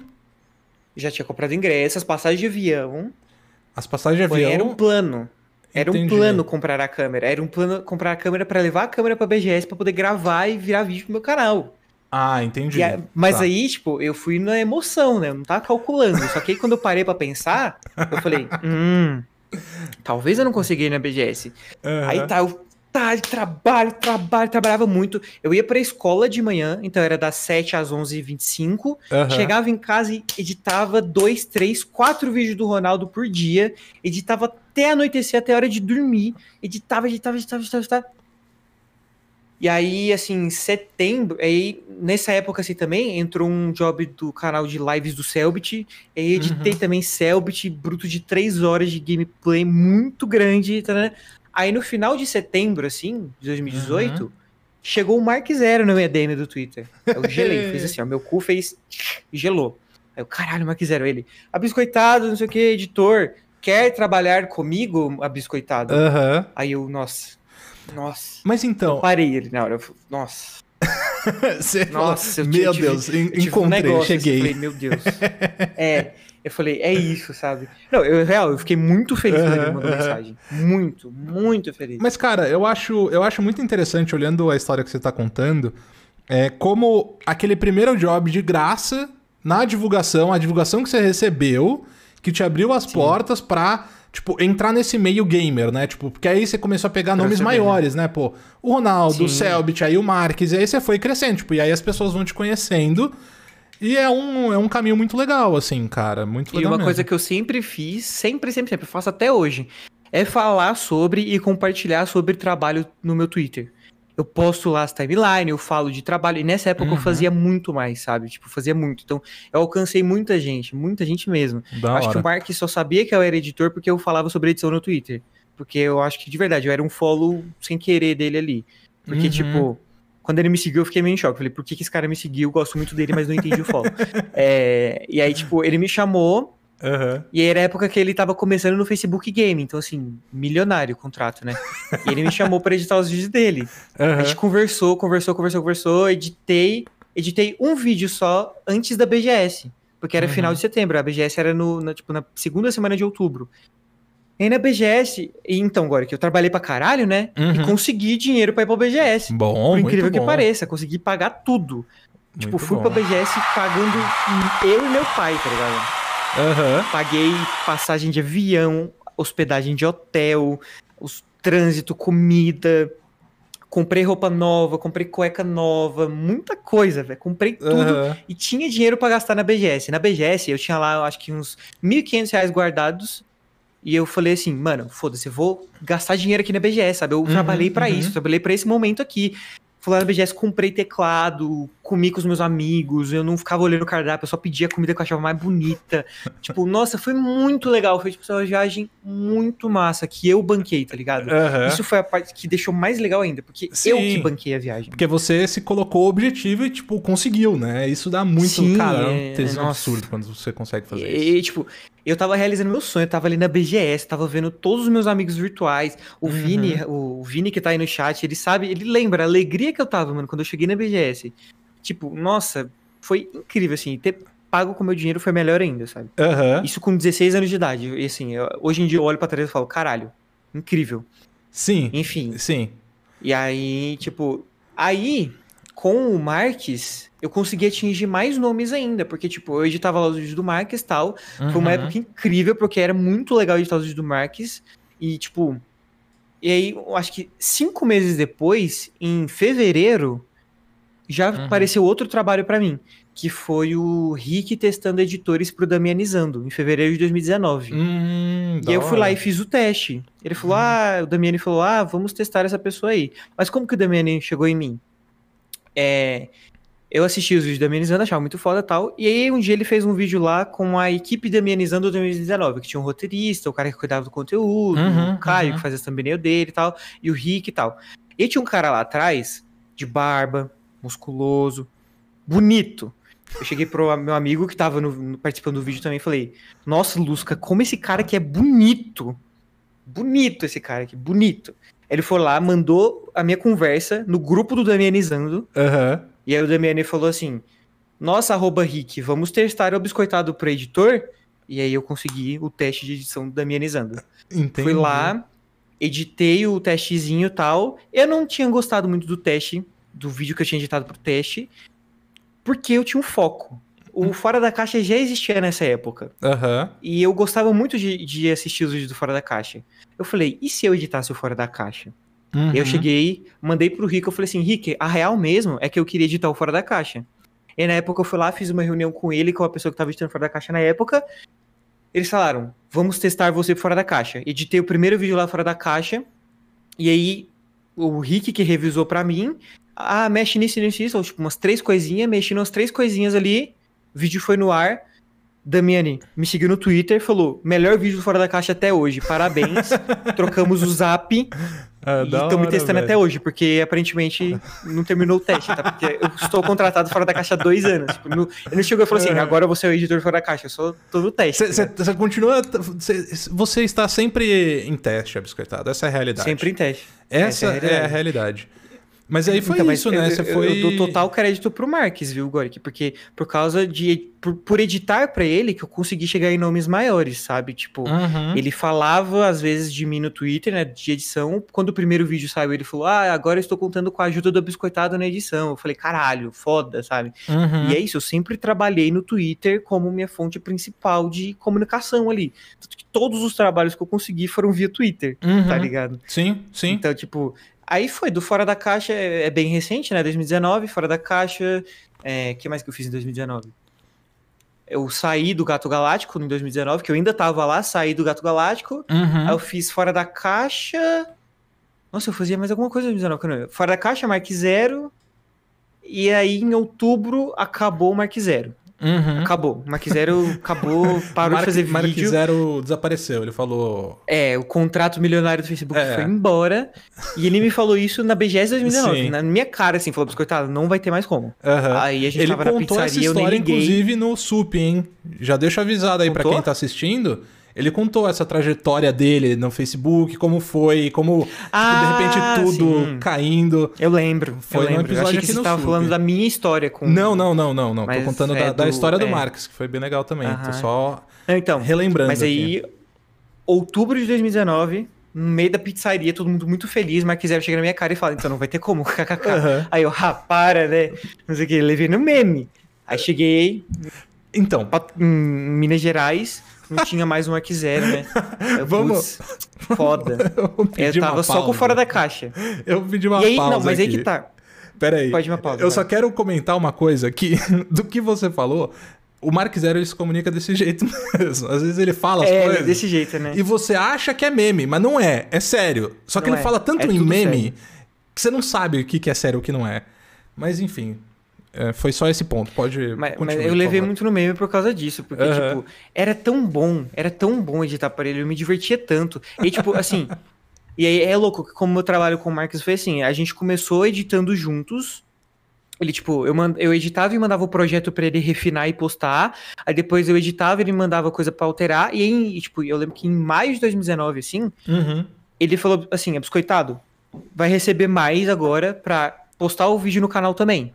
Já tinha comprado ingresso, as passagens de avião. as passagens de Foi, avião... era um plano. Era Entendi. um plano comprar a câmera. Era um plano comprar a câmera para levar a câmera pra B G S pra poder gravar e virar vídeo pro meu canal. Ah, entendi. E a- mas Tá. aí, tipo, eu fui na emoção, né? Eu não tava calculando. Só que aí quando eu parei pra pensar, eu falei, hum, talvez eu não consiga ir na B G S. Aham. Aí tá, eu tá, de trabalho, trabalho, trabalhava muito. Eu ia pra escola de manhã, então era das sete às onze e vinte e cinco. Aham. Chegava em casa e editava dois, três, quatro vídeos do Ronaldo por dia. Editava até anoitecer, até a hora de dormir. Editava, editava, editava, editava, editava. E aí, assim, em setembro, aí nessa época assim também, entrou um job do canal de lives do Selbit. Aí editei Uhum. também Selbit, bruto de três horas de gameplay muito grande. Tá? Aí no final de setembro, assim, de dois mil e dezoito, Uhum. chegou o Mark Zero no meu D M do Twitter. Eu gelei, fez assim, ó, meu cu fez e gelou. Aí eu, caralho, Mark Zero, ele, abiscoitado, não sei o que, editor, quer trabalhar comigo, abiscoitado? Aham. Aí eu, nossa, nossa. Mas Eu então... parei ele na hora, eu, falei, nossa. Você Nossa, eu falou, tive- meu tive- Deus, en- eu tive um encontrei, negócio, cheguei. assim, eu falei, meu Deus. É, eu falei, é isso, sabe? Não, eu, real, eu fiquei muito feliz quando ele Aham, mandou aham. mensagem. Muito, muito feliz. Mas, cara, eu acho, eu acho muito interessante, olhando a história que você tá contando, é como aquele primeiro job de graça, na divulgação, a divulgação que você recebeu, que te abriu as portas pra, tipo, entrar nesse meio gamer, né? Tipo, porque aí você começou a pegar Pra nomes você ver, maiores, né? Pô, o Ronaldo, Sim. o Selbit, aí o Marques, e aí você foi crescendo, tipo, e aí as pessoas vão te conhecendo. E é um, é um caminho muito legal, assim, cara. Muito E legal uma mesmo. coisa que eu sempre fiz, sempre, sempre, sempre, faço até hoje, é falar sobre e compartilhar sobre trabalho no meu Twitter. Eu posto lá as timeline, eu falo de trabalho, e nessa época Uhum. eu fazia muito mais, sabe? Tipo, fazia muito. Então, eu alcancei muita gente, muita gente mesmo. Da Acho que hora. o Mark só sabia que eu era editor porque eu falava sobre edição no Twitter. Porque eu acho que, de verdade, eu era um follow sem querer dele ali. Porque, Uhum. tipo, quando ele me seguiu, eu fiquei meio em choque. Falei, por que, que esse cara me seguiu? Eu gosto muito dele, mas não entendi o follow. É, e aí, tipo, ele me chamou, Aham. e aí era a época que ele tava começando no Facebook Game, então assim, milionário o contrato, né? E ele me chamou pra editar os vídeos dele. A Aham. gente conversou, conversou, conversou, conversou, editei, editei um vídeo só antes da B G S, porque era Uhum. final de setembro, a B G S era no, na, tipo, na segunda semana de outubro. E aí na B G S, e então agora que eu trabalhei pra caralho, né? Uhum. E consegui dinheiro pra ir pra B G S. Bom, Por incrível muito que bom. pareça, consegui pagar tudo. Tipo, fui bom. pra B G S pagando eu e meu pai, tá ligado? Uhum. Paguei passagem de avião, hospedagem de hotel, os trânsito, comida, comprei roupa nova, comprei cueca nova, muita coisa, velho. Comprei tudo Uhum. e tinha dinheiro pra gastar na B G S. Na B G S eu tinha lá, eu acho que uns mil e quinhentos reais guardados. E eu falei assim, mano, foda-se, eu vou gastar dinheiro aqui na B G S, sabe? Eu uhum, trabalhei pra uhum. isso, eu trabalhei pra esse momento aqui. Fui lá na B G S, comprei teclado, comi com os meus amigos, eu não ficava olhando o cardápio, eu só pedia a comida que eu achava mais bonita. Tipo, nossa, foi muito legal, foi tipo uma viagem muito massa, que eu banquei, tá ligado? Uhum. Isso foi a parte que deixou mais legal ainda, porque Sim, eu que banquei a viagem. Porque você se colocou o objetivo e, tipo, conseguiu, né? Isso dá muito, Sim, cara, é, é um tesão nossa. absurdo quando você consegue fazer e, isso. E, tipo, eu tava realizando meu sonho, eu tava ali na B G S, tava vendo todos os meus amigos virtuais, o uhum. Vini, o Vini que tá aí no chat, ele sabe, ele lembra a alegria que eu tava, mano, quando eu cheguei na B G S. Tipo, nossa, foi incrível, assim, ter pago com meu dinheiro foi melhor ainda, sabe? Uhum. Isso com dezesseis anos de idade, e assim, eu, hoje em dia eu olho pra trás e falo, caralho, incrível. Sim. Enfim. Sim. E aí, tipo, aí, com o Marques, eu consegui atingir mais nomes ainda, porque, tipo, eu editava lá os vídeos do Marques e tal, uhum. Foi uma época incrível, porque era muito legal editar os vídeos do Marques, e, tipo, e aí, eu acho que cinco meses depois, em fevereiro, já uhum. apareceu outro trabalho pra mim, que foi o Rick testando editores pro Damianizando, em fevereiro de dois mil e dezenove. Hum, e aí eu fui lá e fiz o teste. Ele falou, uhum. ah, o Damiani falou, ah, vamos testar essa pessoa aí. Mas como que o Damiani chegou em mim? É... Eu assisti os vídeos do Damianizando, achava muito foda e tal. E aí um dia ele fez um vídeo lá com a equipe Damianizando dois mil e dezenove, que tinha um roteirista, o cara que cuidava do conteúdo, uhum, o Caio, uhum. que fazia as thumbnail dele e tal, e o Rick e tal. E tinha um cara lá atrás, de barba, musculoso, bonito. Eu cheguei pro meu amigo que tava no, no, participando do vídeo também e falei, nossa, Lusca, como esse cara aqui é bonito. Bonito esse cara aqui, bonito. Ele foi lá, mandou a minha conversa no grupo do Damianizando. Aham. Uhum. E aí o Damiani falou assim, nossa, arroba Rick, vamos testar o Biscoitado pro editor? E aí eu consegui o teste de edição do Damianizando. Entendi. Fui lá, editei o testezinho e tal. Eu não tinha gostado muito do teste, do vídeo que eu tinha editado pro teste, porque eu tinha um foco. O Fora da Caixa já existia nessa época. Uhum. E eu gostava muito de, de assistir os vídeos do Fora da Caixa. Eu falei, e se eu editasse o Fora da Caixa? Uhum. Eu cheguei, mandei pro Rick, eu falei assim, Rick, a real mesmo é que eu queria editar o Fora da Caixa. E na época eu fui lá, fiz uma reunião com ele, com a pessoa que tava editando Fora da Caixa na época. Eles falaram, vamos testar você pro Fora da Caixa. Editei o primeiro vídeo lá Fora da Caixa. E aí, o Rick que revisou pra mim, ah, mexe nisso, nisso, nisso, tipo, umas três coisinhas, mexi nas três coisinhas ali, o vídeo foi no ar. Damiani me seguiu no Twitter, falou, melhor vídeo do Fora da Caixa até hoje, parabéns. Trocamos o zap ah, e estão me testando velho. até hoje, porque aparentemente não terminou o teste, tá? Porque eu estou contratado Fora da Caixa há dois anos. Tipo, não, ele não chegou e falou assim, agora você é o editor Fora da Caixa, eu só tô no teste. Você tá continua, cê, você está sempre em teste, Biscoitado, essa é a realidade. Sempre em teste. Essa, essa é, a realidade. é a realidade. Mas aí foi então, isso, né? Eu, Você eu, foi... eu dou total crédito pro Marques, viu, Goric? Porque por causa de... Por, por editar pra ele que eu consegui chegar em nomes maiores, sabe? Tipo, uhum. ele falava às vezes de mim no Twitter, né? De edição. Quando o primeiro vídeo saiu, ele falou, ah, agora eu estou contando com a ajuda do Biscoitado na edição. Eu falei, caralho, foda, sabe? Uhum. E é isso, eu sempre trabalhei no Twitter como minha fonte principal de comunicação ali. Tanto que todos os trabalhos que eu consegui foram via Twitter, uhum. tá ligado? Sim, sim. Então, tipo... Aí foi, do Fora da Caixa, é bem recente, né, dois mil e dezenove, Fora da Caixa, é, que mais que eu fiz em dois mil e dezenove? Eu saí do Gato Galáctico em dois mil e dezenove, que eu ainda tava lá, saí do Gato Galáctico, uhum. aí eu fiz Fora da Caixa, nossa, eu fazia mais alguma coisa em dois mil e dezenove, Fora da Caixa, Mark Zero, e aí em outubro acabou o Mark Zero. Uhum. Acabou. O Mark Zero acabou, parou Mark, de fazer Mark vídeo. Mark Zero desapareceu, ele falou... É, o contrato milionário do Facebook é. foi embora. E ele me falou isso na B G S dois mil e dezenove. Sim. Na minha cara, assim, falou, biscoitado, não vai ter mais como. Uhum. Aí a gente ele tava na contou pizzaria, essa história, eu nem liguei. inclusive, no S U P, hein? Já deixa avisado aí Contou? pra quem tá assistindo... Ele contou essa trajetória dele no Facebook, como foi, como, ah, tipo, de repente, tudo sim. caindo. Eu lembro, foi eu lembro. Um episódio eu achei aqui que você no tava S U P. falando da minha história com... Não, não, não, não, não. Mas tô contando é da, do... da história do é. Marques, que foi bem legal também. Uh-huh. Tô só então, relembrando Mas aí, aqui. outubro de dois mil e dezenove, no meio da pizzaria, todo mundo muito feliz, mas quiseram chegar na minha cara e falar, então não vai ter como, kkk. Uhum. Aí eu, ah, para, né? Não sei o que, levei no meme. Aí cheguei... Então... Em Minas Gerais, não tinha mais um Arc Zero, né? Eu, Vamos... Putz, foda. Eu, eu tava só com fora da caixa. Eu pedi uma e aí, pausa Não, mas aqui. aí que tá. Pera aí. Pode uma pausa. Eu vai. só quero comentar uma coisa aqui, do que você falou... O Mark Zero, ele se comunica desse jeito mesmo. Às vezes ele fala as é, coisas... É, desse jeito, né? E você acha que é meme, mas não é. É sério. Só que não ele é. fala tanto é em meme sério. que você não sabe o que é sério e o que não é. Mas, enfim... É, foi só esse ponto, pode mas, continuar, mas eu levei muito no meme por causa disso, porque, uhum. tipo, era tão bom, era tão bom editar para ele, eu me divertia tanto. E, tipo, assim, e aí é louco, como eu trabalho com o Marcos foi assim, a gente começou editando juntos, ele, tipo, eu, mand... eu editava e mandava o projeto para ele refinar e postar, aí depois eu editava e ele mandava coisa para alterar, e aí, tipo, eu lembro que em maio de dois mil e dezenove, assim, uhum. ele falou assim, é biscoitado, vai receber mais agora pra postar o vídeo no canal também.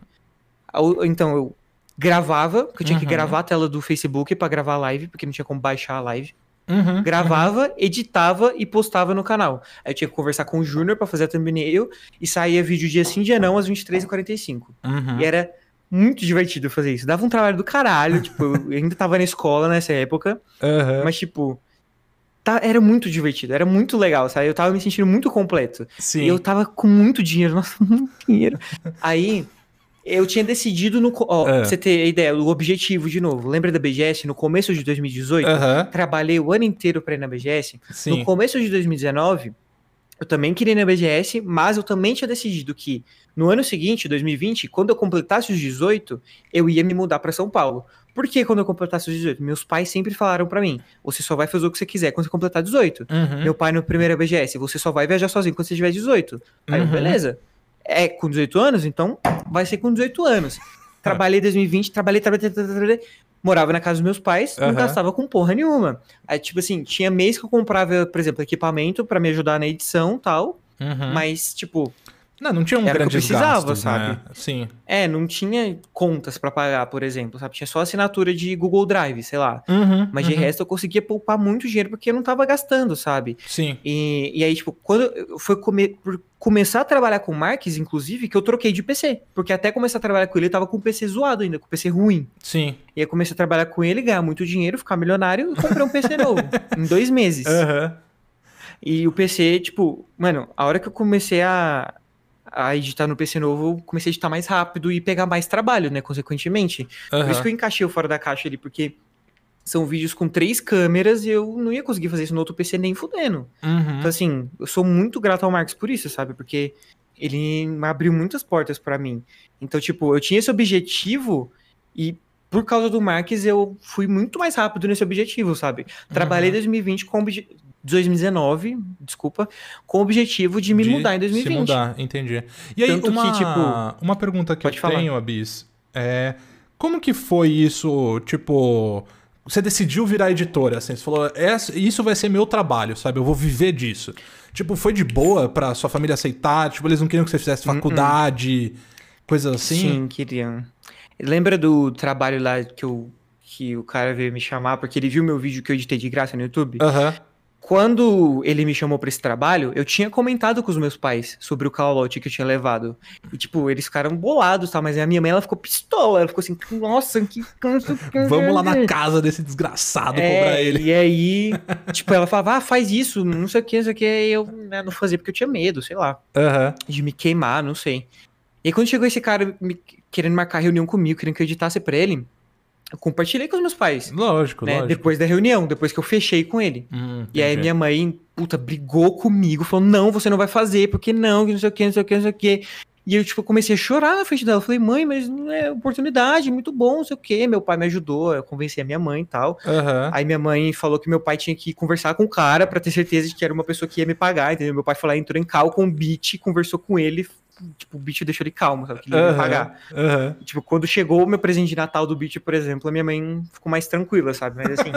Então, eu gravava, porque eu tinha uhum. que gravar a tela do Facebook pra gravar a live, porque não tinha como baixar a live. Uhum, gravava, uhum. editava e postava no canal. Aí eu tinha que conversar com o Júnior pra fazer a thumbnail e saía vídeo dia sim, dia não, às vinte e três e quarenta e cinco. Uhum. E era muito divertido fazer isso. Dava um trabalho do caralho, tipo, eu ainda tava na escola nessa época, uhum. mas, tipo... Tá, era muito divertido, era muito legal, sabe? Eu tava me sentindo muito completo. Sim. E eu tava com muito dinheiro, nossa, muito dinheiro. Aí... Eu tinha decidido no... Ó, é. pra você ter ideia, o objetivo, de novo. Lembra da B G S? No começo de dois mil e dezoito, uhum. trabalhei o ano inteiro pra ir na B G S. Sim. No começo de dois mil e dezenove, eu também queria ir na B G S, mas eu também tinha decidido que no ano seguinte, dois mil e vinte, quando eu completasse os dezoito, eu ia me mudar pra São Paulo. Por que quando eu completasse os dezoito? Meus pais sempre falaram pra mim, você só vai fazer o que você quiser quando você completar dezoito. Uhum. Meu pai no primeiro B G S, você só vai viajar sozinho quando você tiver dezoito. Aí eu, uhum. beleza. É com dezoito anos, então vai ser com dezoito anos. Trabalhei em dois mil e vinte, trabalhei, trabalhei, trabalhei, trabalhei, morava na casa dos meus pais, uhum. não gastava com porra nenhuma. Aí, tipo assim, tinha mês que eu comprava, por exemplo, equipamento pra me ajudar na edição e tal, uhum. mas, tipo... Não, não tinha um era grande que eu precisava, gastos, sabe? Né? Sim. É, não tinha contas pra pagar, por exemplo, sabe? Tinha só assinatura de Google Drive, sei lá. Uhum, Mas uhum. de resto eu conseguia poupar muito dinheiro porque eu não tava gastando, sabe? Sim. E, e aí, tipo, quando foi come, por começar a trabalhar com o Marques, inclusive, que eu troquei de P C. Porque até começar a trabalhar com ele, eu tava com o P C zoado ainda, com o P C ruim. Sim. E aí comecei a trabalhar com ele, ganhar muito dinheiro, ficar milionário e comprei um P C novo. Em dois meses. Uhum. E o P C, tipo, mano, a hora que eu comecei a... a editar no P C novo, eu comecei a editar mais rápido e pegar mais trabalho, né, consequentemente. Uhum. Por isso que eu encaixei o fora da caixa ali, porque são vídeos com três câmeras e eu não ia conseguir fazer isso no outro P C nem fudendo. Uhum. Então, assim, eu sou muito grato ao Marcos por isso, sabe? Porque ele abriu muitas portas pra mim. Então, tipo, eu tinha esse objetivo e por causa do Marcos eu fui muito mais rápido nesse objetivo, sabe? Trabalhei em uhum. dois mil e vinte com obje... dois mil e dezenove, desculpa, com o objetivo de me de mudar em dois mil e vinte. Se mudar, entendi. E aí, Tanto uma, que, tipo, uma pergunta que eu falar. tenho, Abis, é como que foi isso, tipo, você decidiu virar editora, assim, você falou, isso vai ser meu trabalho, sabe, eu vou viver disso. Tipo, foi de boa pra sua família aceitar? Tipo, eles não queriam que você fizesse faculdade, uh-uh. coisas assim? Sim, queriam. Lembra do trabalho lá que, eu, que o cara veio me chamar, porque ele viu meu vídeo que eu editei de graça no YouTube? Aham. Uhum. Quando ele me chamou pra esse trabalho, eu tinha comentado com os meus pais sobre o call-out que eu tinha levado. E, tipo, eles ficaram bolados, tá? Mas a minha mãe, ela ficou pistola. Ela ficou assim, nossa, que... Vamos lá na casa desse desgraçado é, cobrar ele. E aí, tipo, ela falava, ah, faz isso, não sei o que, não sei o que. E eu né, não fazia porque eu tinha medo, sei lá. Uhum. De me queimar, não sei. E aí, quando chegou esse cara me, querendo marcar reunião comigo, querendo que eu editasse pra ele... Eu compartilhei com os meus pais. Lógico, né? lógico. Depois da reunião, depois que eu fechei com ele. Hum, e aí minha mãe, puta, brigou comigo, falou, não, você não vai fazer, porque não, que não sei o que, não sei o que, não sei o que. E eu, tipo, comecei a chorar na frente dela. Eu falei, mãe, mas não é oportunidade, muito bom, não sei o que. Meu pai me ajudou, eu convenci a minha mãe e tal. Uhum. Aí minha mãe falou que meu pai tinha que conversar com o cara pra ter certeza de que era uma pessoa que ia me pagar, entendeu? Meu pai foi lá, entrou em cal com o Beat, conversou com ele, tipo, o Beat deixou ele calmo, sabe? Que ele ia uhum, me pagar. Uhum. E, tipo, quando chegou o meu presente de Natal do Beat, por exemplo, a minha mãe ficou mais tranquila, sabe? Mas assim,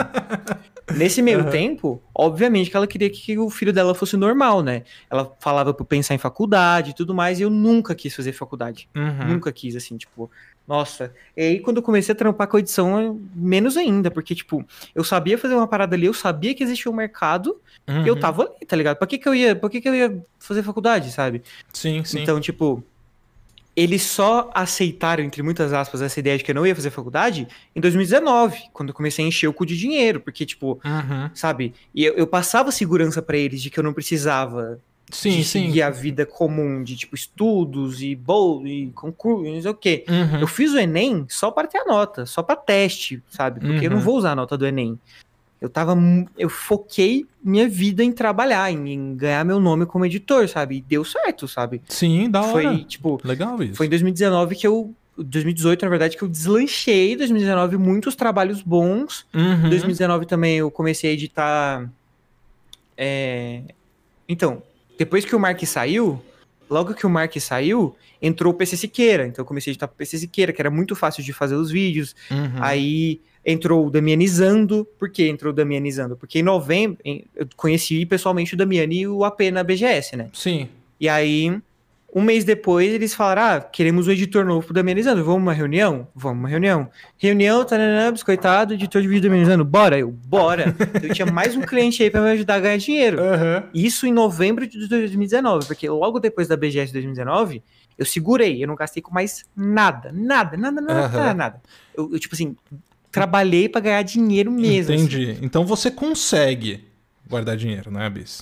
nesse meio uhum. tempo, obviamente que ela queria que o filho dela fosse normal, né? Ela falava pra eu pensar em faculdade e tudo mais, e eu nunca quis fazer faculdade. Uhum. Nunca quis, assim, tipo... Nossa, e aí quando eu comecei a trampar com edição, menos ainda, porque, tipo, eu sabia fazer uma parada ali, eu sabia que existia um mercado, Uhum. e eu tava ali, tá ligado? Pra que que eu ia, pra que que eu ia fazer faculdade, sabe? Sim, sim. Então, tipo, eles só aceitaram, entre muitas aspas, essa ideia de que eu não ia fazer faculdade em dois mil e dezenove, quando eu comecei a encher o cu de dinheiro, porque, tipo, Uhum. sabe? E eu, eu passava segurança pra eles de que eu não precisava Sim, de sim. seguir a vida comum, de, tipo, estudos e bol e concurso, não sei o quê. Uhum. Eu fiz o Enem só para ter a nota, só para teste, sabe? Porque eu não Uhum. vou usar a nota do Enem. Eu tava, mu- eu foquei minha vida em trabalhar, em, em ganhar meu nome como editor, sabe? E deu certo, sabe? Sim, da hora. Foi, tipo, Legal isso. foi em dois mil e dezenove que eu, dois mil e dezoito, na verdade, que eu deslanchei. dois mil e dezenove, muitos trabalhos bons. Uhum. Em dois mil e dezenove também eu comecei a editar. é, Então, depois que o Mark saiu, logo que o Mark saiu, entrou o P C Siqueira. Então eu comecei a editar pro P C Siqueira, que era muito fácil de fazer os vídeos. Uhum. Aí entrou o Damianizando. Por que entrou o Damianizando? Porque em novembro em- eu conheci pessoalmente o Damiani e o A P na B G S, né? Sim. E aí, um mês depois, eles falaram: ah, queremos um editor novo pro Damianizando. Vamos uma reunião? Vamos uma reunião. Reunião, tananã, biscoitado, editor de vídeo Damianizando. Bora? Eu, bora. Eu tinha mais um cliente aí pra me ajudar a ganhar dinheiro. Uhum. Isso em novembro de dois mil e dezenove, porque logo depois da B G S de dois mil e dezenove, eu segurei, eu não gastei com mais nada, nada, nada, nada, Aham. nada, nada. Eu, eu, tipo assim, trabalhei pra ganhar dinheiro mesmo. assim. Entendi. Então você consegue guardar dinheiro, né, Bis?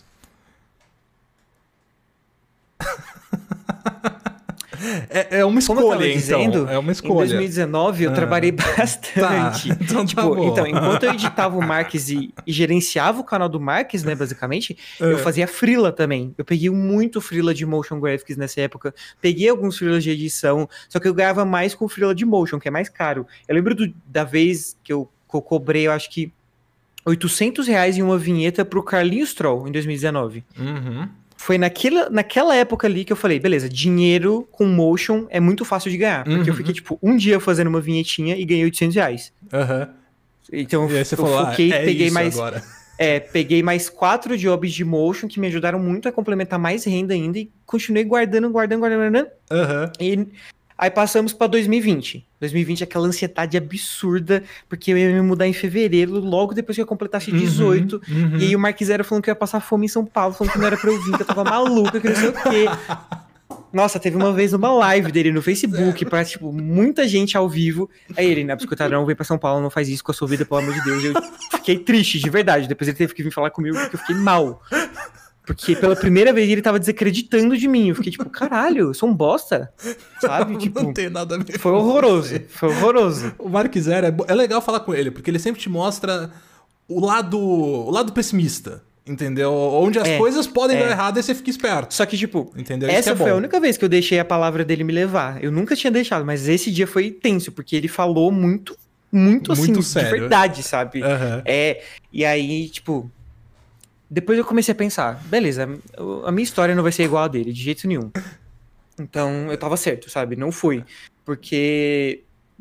É, é uma Como eu tava escolha, então. dizendo, É uma em escolha. dois mil e dezenove eu Ah. trabalhei bastante. Tá, então tá tipo, bom. então, enquanto eu editava o Marques e, e gerenciava o canal do Marques, né, basicamente, Ah. eu fazia freela também. Eu peguei muito freela de motion graphics nessa época. Peguei alguns freelas de edição, só que eu ganhava mais com freela de motion, que é mais caro. Eu lembro do- da vez que eu, que eu cobrei, eu acho que oitocentos reais em uma vinheta pro Carlinhos Troll, em dois mil e dezenove. Uhum. Foi naquela, naquela época ali que eu falei, beleza, dinheiro com motion é muito fácil de ganhar. Porque eu Uhum. fiquei, tipo, um dia fazendo uma vinhetinha e ganhei oitocentos reais. Aham. Então E aí você eu falou, foquei, ah, é peguei isso mais. agora. É, peguei mais quatro jobs de motion que me ajudaram muito a complementar mais renda ainda e continuei guardando, guardando, guardando, guardando. Aham. E aí passamos pra dois mil e vinte. dois mil e vinte, aquela ansiedade absurda, porque eu ia me mudar em fevereiro, logo depois que eu completasse dezoito. Uhum. E aí o Mark Zero falando que eu ia passar fome em São Paulo, falando que não era pra eu vir, que eu tava maluca, que não sei o quê. Nossa, teve uma vez uma live dele no Facebook pra, tipo, muita gente ao vivo. Aí ele, né, biscoitadão, vem pra São Paulo, não faz isso com a sua vida, pelo amor de Deus. E eu fiquei triste, de verdade. Depois ele teve que vir falar comigo, porque eu fiquei mal. Porque pela primeira vez ele tava desacreditando de mim. Eu fiquei tipo, caralho, eu sou um bosta. Sabe? Tipo, Não tem nada a ver foi com horroroso. você. Foi horroroso. O Mark Zero é, bo- é legal falar com ele, porque ele sempre te mostra o lado, o lado pessimista, entendeu? Onde as É, coisas podem é. dar errado e você fica esperto. Só que, tipo, Entendeu? Isso que essa é foi bom. a única vez que eu deixei a palavra dele me levar. Eu nunca tinha deixado, mas esse dia foi tenso, porque ele falou muito, muito assim, Muito de sério. verdade, sabe? Aham. É, e aí, tipo, depois eu comecei a pensar, beleza, a minha história não vai ser igual a dele, de jeito nenhum. Então, eu tava certo, sabe? Não foi. Porque...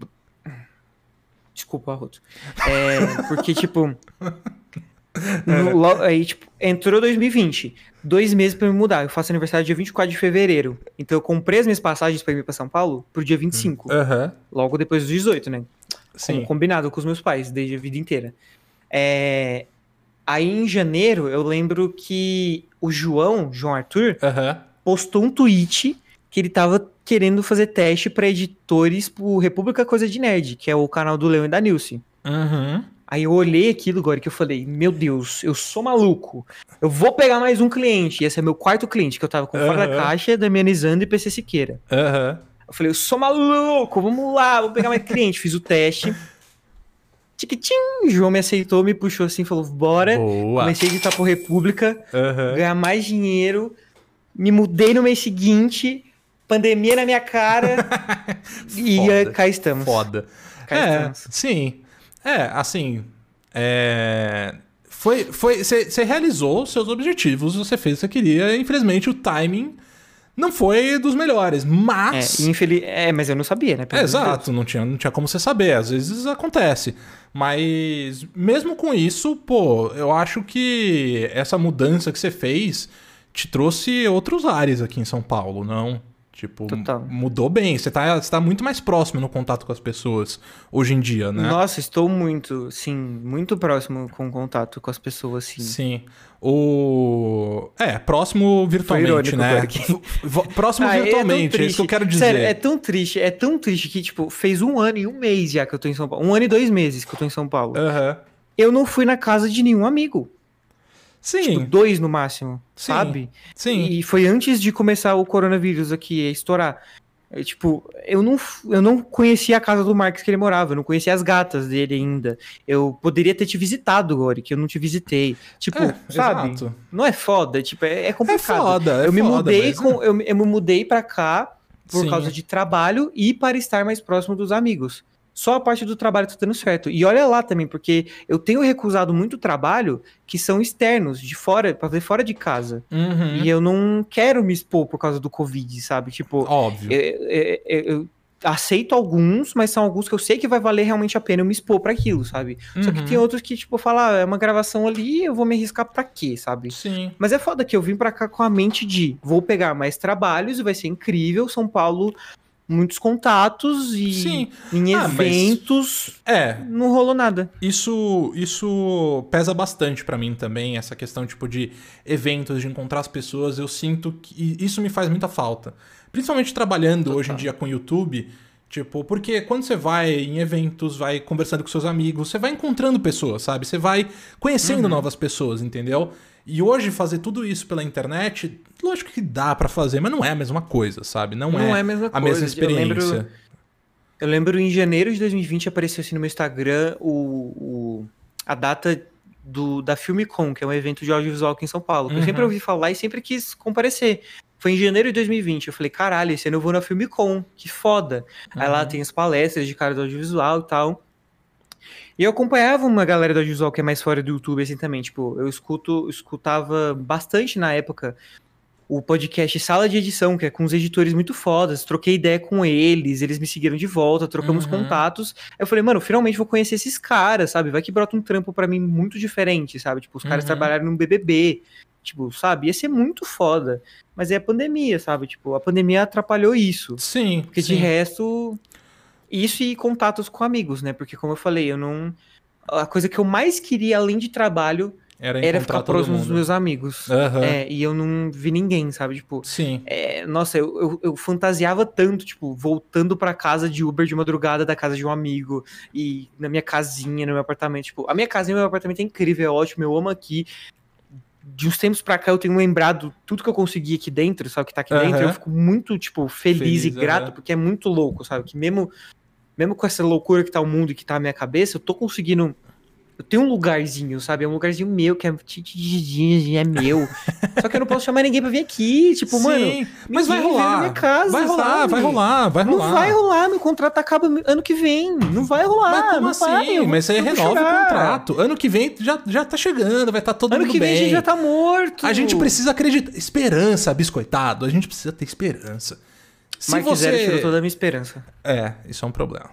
Desculpa, Arroto. É, porque, tipo... no- lo- aí, tipo, entrou dois mil e vinte. Dois meses pra me mudar. Eu faço aniversário dia vinte e quatro de fevereiro. Então, eu comprei as minhas passagens pra ir pra São Paulo pro dia vinte e cinco. Aham. Logo depois dos dezoito, né? Como Sim. combinado com os meus pais, desde a vida inteira. É... Aí, em janeiro, eu lembro que o João, João Arthur, Aham. postou um tweet que ele tava querendo fazer teste pra editores pro República Coisa de Nerd, que é o canal do Leão e da Nilce. Uhum. Aí eu olhei aquilo agora que eu falei, meu Deus, eu sou maluco. Eu vou pegar mais um cliente. E esse é meu quarto cliente, que eu tava com Fora da Aham. Caixa, Damianizando e P C Siqueira. Aham. Eu falei, eu sou maluco, vamos lá, vou pegar mais cliente. Fiz o teste. Tiquitim, João me aceitou, me puxou assim, falou, bora. Boa. Comecei a editar pro República, Aham. ganhar mais dinheiro. Me mudei no mês seguinte, pandemia na minha cara. e Foda. eh, cá estamos. Foda. Cá É, estamos. sim. É, assim. É... Foi. Foi. Você realizou seus objetivos, você fez o que você queria. Infelizmente, o timing não foi dos melhores. Mas. É, infeliz... é, mas eu não sabia, né? É, pelo amor de Deus. exato, não tinha, não tinha como você saber, às vezes acontece. Mas mesmo com isso, pô, eu acho que essa mudança que você fez te trouxe outros ares aqui em São Paulo, não? Tipo, Total. mudou bem. Você tá, você tá muito mais próximo no contato com as pessoas hoje em dia, né? Nossa, estou muito, sim, muito próximo com o contato com as pessoas, sim. Sim. O... É, próximo virtualmente, irônico, né? agora que- V- v- Próximo Ah, virtualmente, tão é isso que eu triste. quero dizer. Sério, é tão triste, é tão triste que, tipo, fez um ano e um mês já que eu tô em São Paulo. Um ano e dois meses que eu tô em São Paulo. Aham. Eu não fui na casa de nenhum amigo. Sim. Tipo, dois no máximo, Sim, sabe? sim. E foi antes de começar o coronavírus aqui a estourar. É, tipo, eu não, eu não conhecia a casa do Marcos que ele morava, eu não conhecia as gatas dele ainda. Eu poderia ter te visitado, Gori, que eu não te visitei. Tipo, É, sabe? exato. Não é foda, tipo, é, é complicado. É foda, é eu me foda, mudei mas com, é. eu, eu me mudei pra cá por Sim. causa de trabalho e para estar mais próximo dos amigos. Só a parte do trabalho tá dando certo. E olha lá também, porque eu tenho recusado muito trabalho que são externos, de fora, pra fazer fora de casa. Uhum. E eu não quero me expor por causa do Covid, sabe? Tipo, Óbvio. eu, eu- eu- eu aceito alguns, mas são alguns que eu sei que vai valer realmente a pena eu me expor pra aquilo, sabe? Só que Uhum. tem outros que, tipo, falar, ah, é uma gravação ali, eu vou me arriscar pra quê, sabe? Sim. Mas é foda que eu vim pra cá com a mente de vou pegar mais trabalhos e vai ser incrível. São Paulo, muitos contatos e Sim. em Ah, mas- eventos É, não rolou nada. Isso, isso pesa bastante pra mim também, essa questão tipo de eventos, de encontrar as pessoas. Eu sinto que isso me faz muita falta. Principalmente trabalhando Total. hoje em dia com YouTube, tipo, porque quando você vai em eventos, vai conversando com seus amigos, você vai encontrando pessoas, sabe? Você vai conhecendo Uhum. novas pessoas, entendeu? E hoje fazer tudo isso pela internet, lógico que dá pra fazer, mas não é a mesma coisa, sabe? Não, Não é, é a mesma a mesma coisa. Eu experiência. lembro- Eu lembro em janeiro de dois mil e vinte apareceu assim no meu Instagram o, o- a data do, da Filmicon, que é um evento de audiovisual aqui em São Paulo. Que Uhum. eu sempre ouvi falar e sempre quis comparecer. Foi em janeiro de dois mil e vinte. Eu falei, caralho, esse ano eu vou na Filmicon, que foda. Aí lá Uhum. tem as palestras de cara do audiovisual e tal. E eu acompanhava uma galera do audiovisual que é mais fora do YouTube, assim, também. Tipo, eu escuto, escutava bastante na época o podcast Sala de Edição, que é com os editores muito fodas. Troquei ideia com eles, eles me seguiram de volta, trocamos Uhum. contatos. Aí eu falei, mano, finalmente vou conhecer esses caras, sabe? Vai que brota um trampo pra mim muito diferente, sabe? Tipo, os caras Uhum. trabalharam no B B B, tipo, sabe? Ia ser muito foda. Mas é a pandemia, sabe? Tipo, a pandemia atrapalhou isso. Sim, Porque sim. de resto, isso e contatos com amigos, né? Porque como eu falei, eu não... A coisa que eu mais queria, além de trabalho, Era, era encontrar ficar todo próximo dos mundo. meus amigos. Aham. É, e eu não vi ninguém, sabe? Tipo, Sim. é, nossa, eu, eu, eu fantasiava tanto, tipo, voltando pra casa de Uber de madrugada da casa de um amigo e na minha casinha, no meu apartamento. Tipo, a minha casinha e o meu apartamento é incrível, é ótimo, eu amo aqui. De uns tempos pra cá eu tenho lembrado tudo que eu consegui aqui dentro, sabe? Que tá aqui Aham. dentro. Eu fico muito, tipo, feliz, Feliz, e grato, aham. porque é muito louco, sabe? Que mesmo, mesmo com essa loucura que tá o mundo e que tá a minha cabeça, eu tô conseguindo. Eu tenho um lugarzinho, sabe? É um lugarzinho meu, que é, é meu. Só que eu não posso chamar ninguém pra vir aqui. Tipo, Sim, mano. mas vai ninguém veio na rolar. minha casa, vai rolar, sabe? vai rolar, vai Não rolar. vai rolar, meu contrato acaba ano que vem. Não vai rolar. Mas como não assim? vai, eu vou- Mas aí eu vou renova o chorar. contrato. Ano que vem já, já tá chegando, vai estar todo Ano mundo que vem bem. a gente já tá morto. A gente precisa acreditar. Esperança, biscoitado. A gente precisa ter esperança. Se Mark você... Zero tirou toda a minha esperança. É, isso é um problema.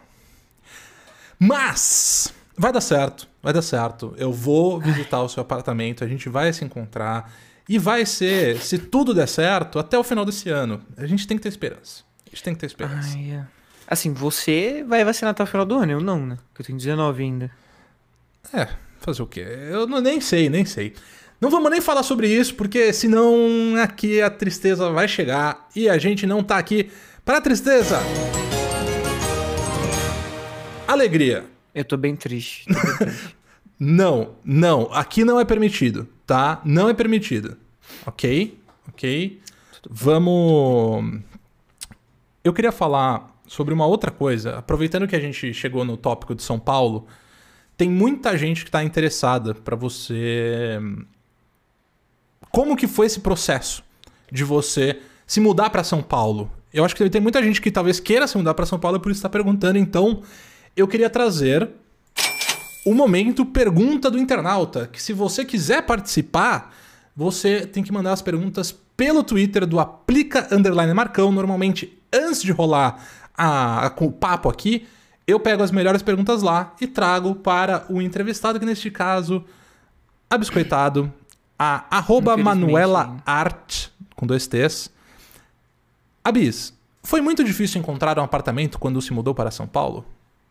Mas vai dar certo, vai dar certo. Eu vou visitar o seu apartamento, a gente vai se encontrar e vai ser, se tudo der certo, até o final desse ano. A gente tem que ter esperança. A gente tem que ter esperança. Ai, é. Assim, você vai vacinar até o final do ano, eu não, né? Porque eu tenho dezenove ainda. É, fazer o quê? Eu não, nem sei, nem sei. Não vamos nem falar sobre isso, porque senão aqui a tristeza vai chegar e a gente não tá aqui para tristeza. Alegria. Eu tô bem triste. Tô bem triste. Não, não. Aqui não é permitido, tá? Não é permitido. Ok? Ok? Vamos... Eu queria falar sobre uma outra coisa. Aproveitando que a gente chegou no tópico de São Paulo, tem muita gente que está interessada para você... Como que foi esse processo de você se mudar para São Paulo? Eu acho que tem muita gente que talvez queira se mudar para São Paulo e por isso está perguntando. Então, eu queria trazer o momento pergunta do internauta, que se você quiser participar, você tem que mandar as perguntas pelo Twitter do Aplica Underline Marcão. Normalmente, antes de rolar a, a, o papo aqui, eu pego as melhores perguntas lá e trago para o entrevistado, que neste caso, a Biscoitado, a arroba Manuela Art, com dois T's. Abis, foi muito difícil encontrar um apartamento quando se mudou para São Paulo?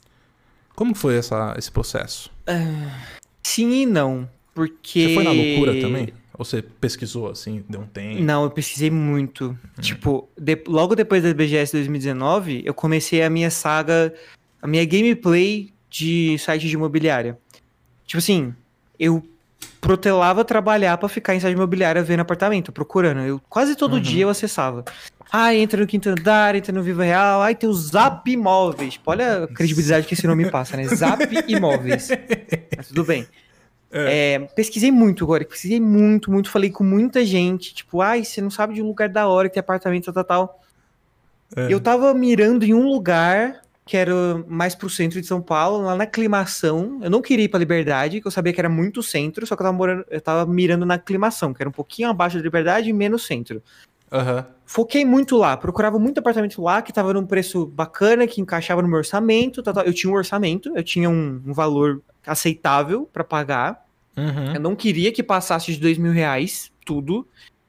Como foi essa, esse processo? Uh, sim e não, porque... Você foi na loucura também? Ou você pesquisou assim, deu um tempo? Não, eu pesquisei muito. Hum. Tipo, de, logo depois da B G S dois mil e dezenove, eu comecei a minha saga, a minha gameplay de site de imobiliária. Tipo assim, eu protelava trabalhar pra ficar em site de imobiliária vendo apartamento, procurando. Eu quase todo uhum. dia eu acessava. Ah, entra no quinto andar, entra no Viva Real, ai, tem o Zap Imóveis. Olha a credibilidade que esse nome passa, né? Zap Imóveis. Mas tudo bem. É. É, pesquisei muito agora, pesquisei muito, muito, falei com muita gente, tipo, ai, você não sabe de um lugar da hora que tem apartamento, tal, tal, tal. É. Eu tava mirando em um lugar que era mais pro centro de São Paulo, lá na Aclimação. Eu não queria ir pra Liberdade, que eu sabia que era muito centro, só que eu tava, morando, eu tava mirando na Aclimação, que era um pouquinho abaixo da Liberdade e menos centro. Uhum. Foquei muito lá, procurava muito apartamento lá, que tava num preço bacana, que encaixava no meu orçamento, tal, tal. Eu tinha um orçamento, eu tinha um, um valor aceitável pra pagar. Uhum. Eu não queria que passasse de dois mil reais, tudo.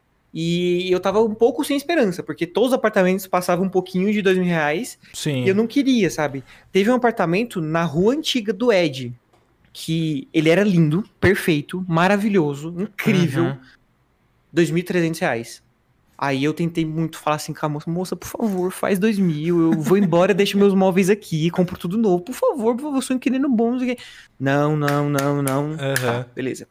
E eu tava um pouco sem esperança, porque todos os apartamentos passavam um pouquinho de dois mil reais. Sim. E eu não queria, sabe? Teve um apartamento na rua antiga do Ed, que ele era lindo, perfeito, maravilhoso, incrível. Uhum. dois mil e trezentos reais. Aí eu tentei muito falar assim com a moça, moça, por favor, faz dois mil, eu vou embora, deixo meus móveis aqui, compro tudo novo, por favor, por favor, eu sou um inquilino bom, não sei o quê. Não, não, não, não. Uhum. Tá, beleza.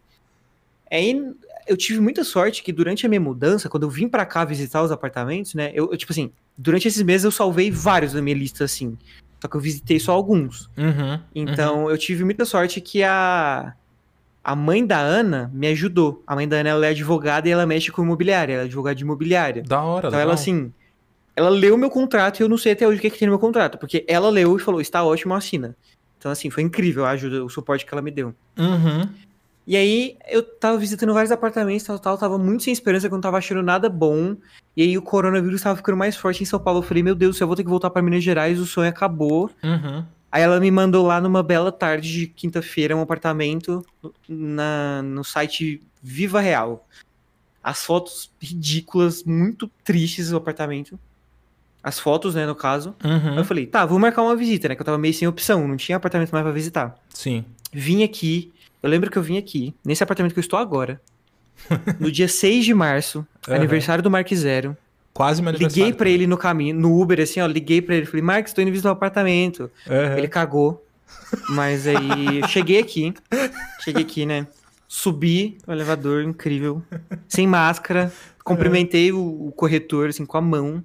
Aí eu tive muita sorte que durante a minha mudança, quando eu vim pra cá visitar os apartamentos, né, eu, eu tipo assim, durante esses meses eu salvei vários da minha lista, assim, só que eu visitei só alguns. Uhum. Então uhum. eu tive muita sorte que a... A mãe da Ana me ajudou. A mãe da Ana, ela é advogada e ela mexe com imobiliária. Ela é advogada de imobiliária. Da hora, Então legal. ela, assim... Ela leu meu contrato e eu não sei até hoje o que, é que tem no meu contrato. Porque ela leu e falou, está ótimo, assina. Então, assim, foi incrível a ajuda, o suporte que ela me deu. Uhum. E aí, eu tava visitando vários apartamentos, tal, tal. Tava muito sem esperança, que eu não tava achando nada bom. E aí, o coronavírus tava ficando mais forte em São Paulo. Eu falei, meu Deus do céu, eu vou ter que voltar pra Minas Gerais. O sonho acabou. Uhum. Aí ela me mandou lá numa bela tarde de quinta-feira um apartamento na, no site Viva Real. As fotos ridículas, muito tristes do apartamento. As fotos, né, no caso. Uhum. Aí eu falei, tá, vou marcar uma visita, né, que eu tava meio sem opção, não tinha apartamento mais pra visitar. Sim. Vim aqui, eu lembro que eu vim aqui, nesse apartamento que eu estou agora, no dia seis de março, uhum. aniversário do Mark Zero. Quase meu aniversário. Liguei pra ele no caminho, no Uber, assim, ó, liguei pra ele, falei, Marcos, tô indo visitar o apartamento. Uhum. Ele cagou, mas aí cheguei aqui, cheguei aqui, né, subi o elevador, incrível, sem máscara, cumprimentei o, o corretor, assim, com a mão.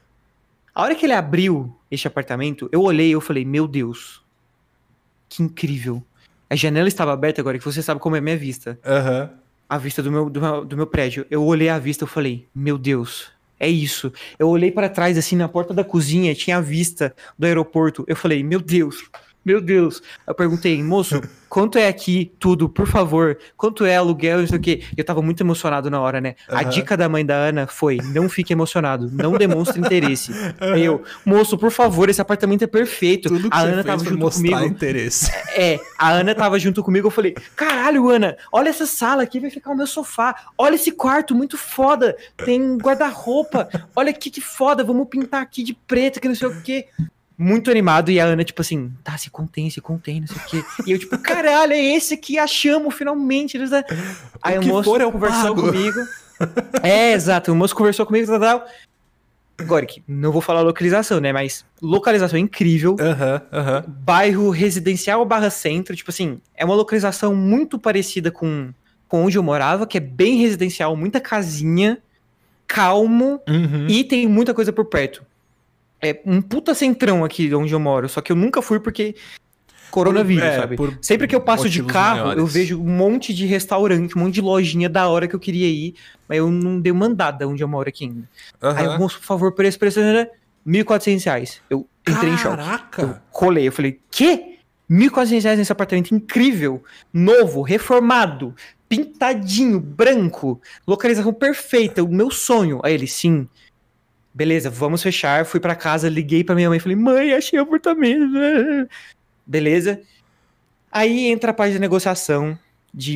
A hora que ele abriu este apartamento, eu olhei e eu falei, meu Deus, que incrível. A janela estava aberta agora, que você sabe como é a minha vista. Aham. Uhum. A vista do meu, do, meu, do meu prédio. Eu olhei a vista e falei, meu Deus, é isso. Eu olhei para trás, assim, na porta da cozinha, tinha a vista do aeroporto. Eu falei, meu Deus, meu Deus. Eu perguntei, moço, quanto é aqui tudo, por favor? Quanto é aluguel, não sei o quê. Eu tava muito emocionado na hora, né? Uhum. A dica da mãe da Ana foi, não fique emocionado, não demonstre interesse. Uhum. Aí eu, moço, por favor, esse apartamento é perfeito. Tudo que a você Ana fez tava foi junto mostrar comigo. interesse. É, a Ana tava junto comigo, eu falei, caralho, Ana, olha essa sala aqui, vai ficar o meu sofá. Olha esse quarto, muito foda. Tem guarda-roupa. Olha aqui que foda, vamos pintar aqui de preto, que não sei o quê. Muito animado, e a Ana, tipo assim, tá, se contém, se contém, não sei o quê. E eu, tipo, caralho, é esse que achamos finalmente. Aí o, o moço for, conversou pago. comigo. É, exato, o moço conversou comigo, tal, tal. Agora, não vou falar localização, né, mas localização incrível. Uhum, uhum. Bairro residencial barra centro, tipo assim, é uma localização muito parecida com, com onde eu morava, que é bem residencial, muita casinha, calmo, uhum. e tem muita coisa por perto. É um puta centrão aqui onde eu moro, só que eu nunca fui porque coronavírus, por, é, sabe? Sempre que eu passo de carro, maiores. eu vejo um monte de restaurante, um monte de lojinha da hora que eu queria ir, mas eu não dei uma andada onde eu moro aqui ainda. Uhum. Aí eu, moço, por favor, preço, preço, mil e quatrocentos reais. Eu entrei Caraca. em choque. Eu colei, eu falei, quê? mil e quatrocentos reais nesse apartamento incrível, novo, reformado, pintadinho, branco, localização perfeita, o meu sonho. Aí ele, sim. Beleza, vamos fechar. Fui pra casa, liguei pra minha mãe, falei, mãe, achei apartamento. Beleza. Aí entra a parte de negociação de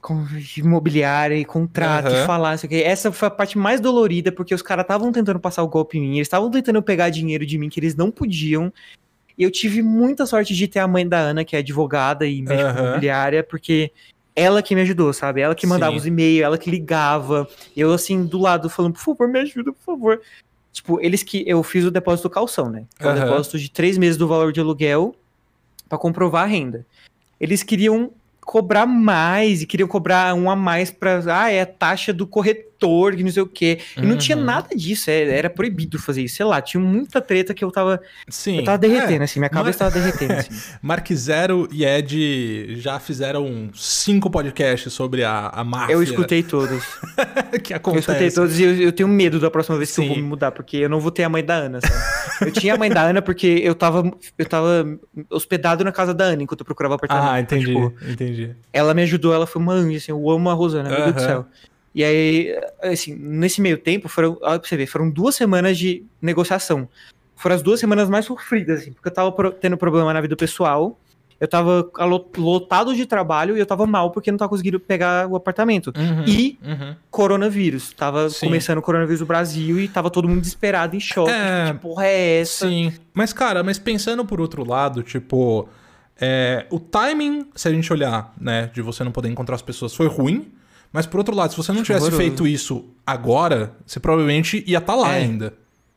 com imobiliária e contrato, Aham. e falar, isso aqui. Essa foi a parte mais dolorida, porque os caras estavam tentando passar o golpe em mim, eles estavam tentando pegar dinheiro de mim que eles não podiam. E eu tive muita sorte de ter a mãe da Ana, que é advogada e mexe com Aham. imobiliária, porque ela que me ajudou, sabe? Ela que mandava Sim. os e-mails, ela que ligava. Eu, assim, do lado, falando, por favor, me ajuda, por favor. Tipo, eles que... Eu fiz o depósito calção, né? Que é o Aham. depósito de três meses do valor de aluguel pra comprovar a renda. Eles queriam cobrar mais e queriam cobrar um a mais pra... Ah, é a taxa do corretor, que não sei o quê. E não Uhum. tinha nada disso, é- era proibido fazer isso. Sei lá, tinha muita treta que eu tava... Sim. Eu tava derretendo, É, assim, minha cabeça Mar- tava derretendo, assim. Mark Zero e Ed já fizeram cinco podcasts sobre a, a máfia Eu escutei todos. que Eu acontece. escutei todos e eu, eu tenho medo da próxima vez que eu Sim. vou me mudar, porque eu não vou ter a mãe da Ana, sabe? Eu tinha a mãe da Ana porque eu tava, eu tava hospedado na casa da Ana enquanto eu procurava apartamento. Ah, Então, entendi, tipo, entendi. ela me ajudou, ela foi uma anja, assim, eu amo a Rosana, meu Deus do Aham. céu. E aí, assim, nesse meio tempo, foram, olha pra você ver, foram duas semanas de negociação. Foram as duas semanas mais sofridas, assim, porque eu tava pro- tendo problema na vida pessoal, eu tava alo- lotado de trabalho e eu tava mal porque não tava conseguindo pegar o apartamento. Uhum, E uhum. coronavírus. Tava Sim. começando o coronavírus no Brasil e tava todo mundo desesperado, em choque. É, Tipo, que porra é essa? Sim. Mas, cara, mas pensando por outro lado, tipo, é, o timing, se a gente olhar, né, de você não poder encontrar as pessoas, foi ruim. Mas, por outro lado, se você não tivesse Horroroso. feito isso agora, você provavelmente ia estar lá É. ainda.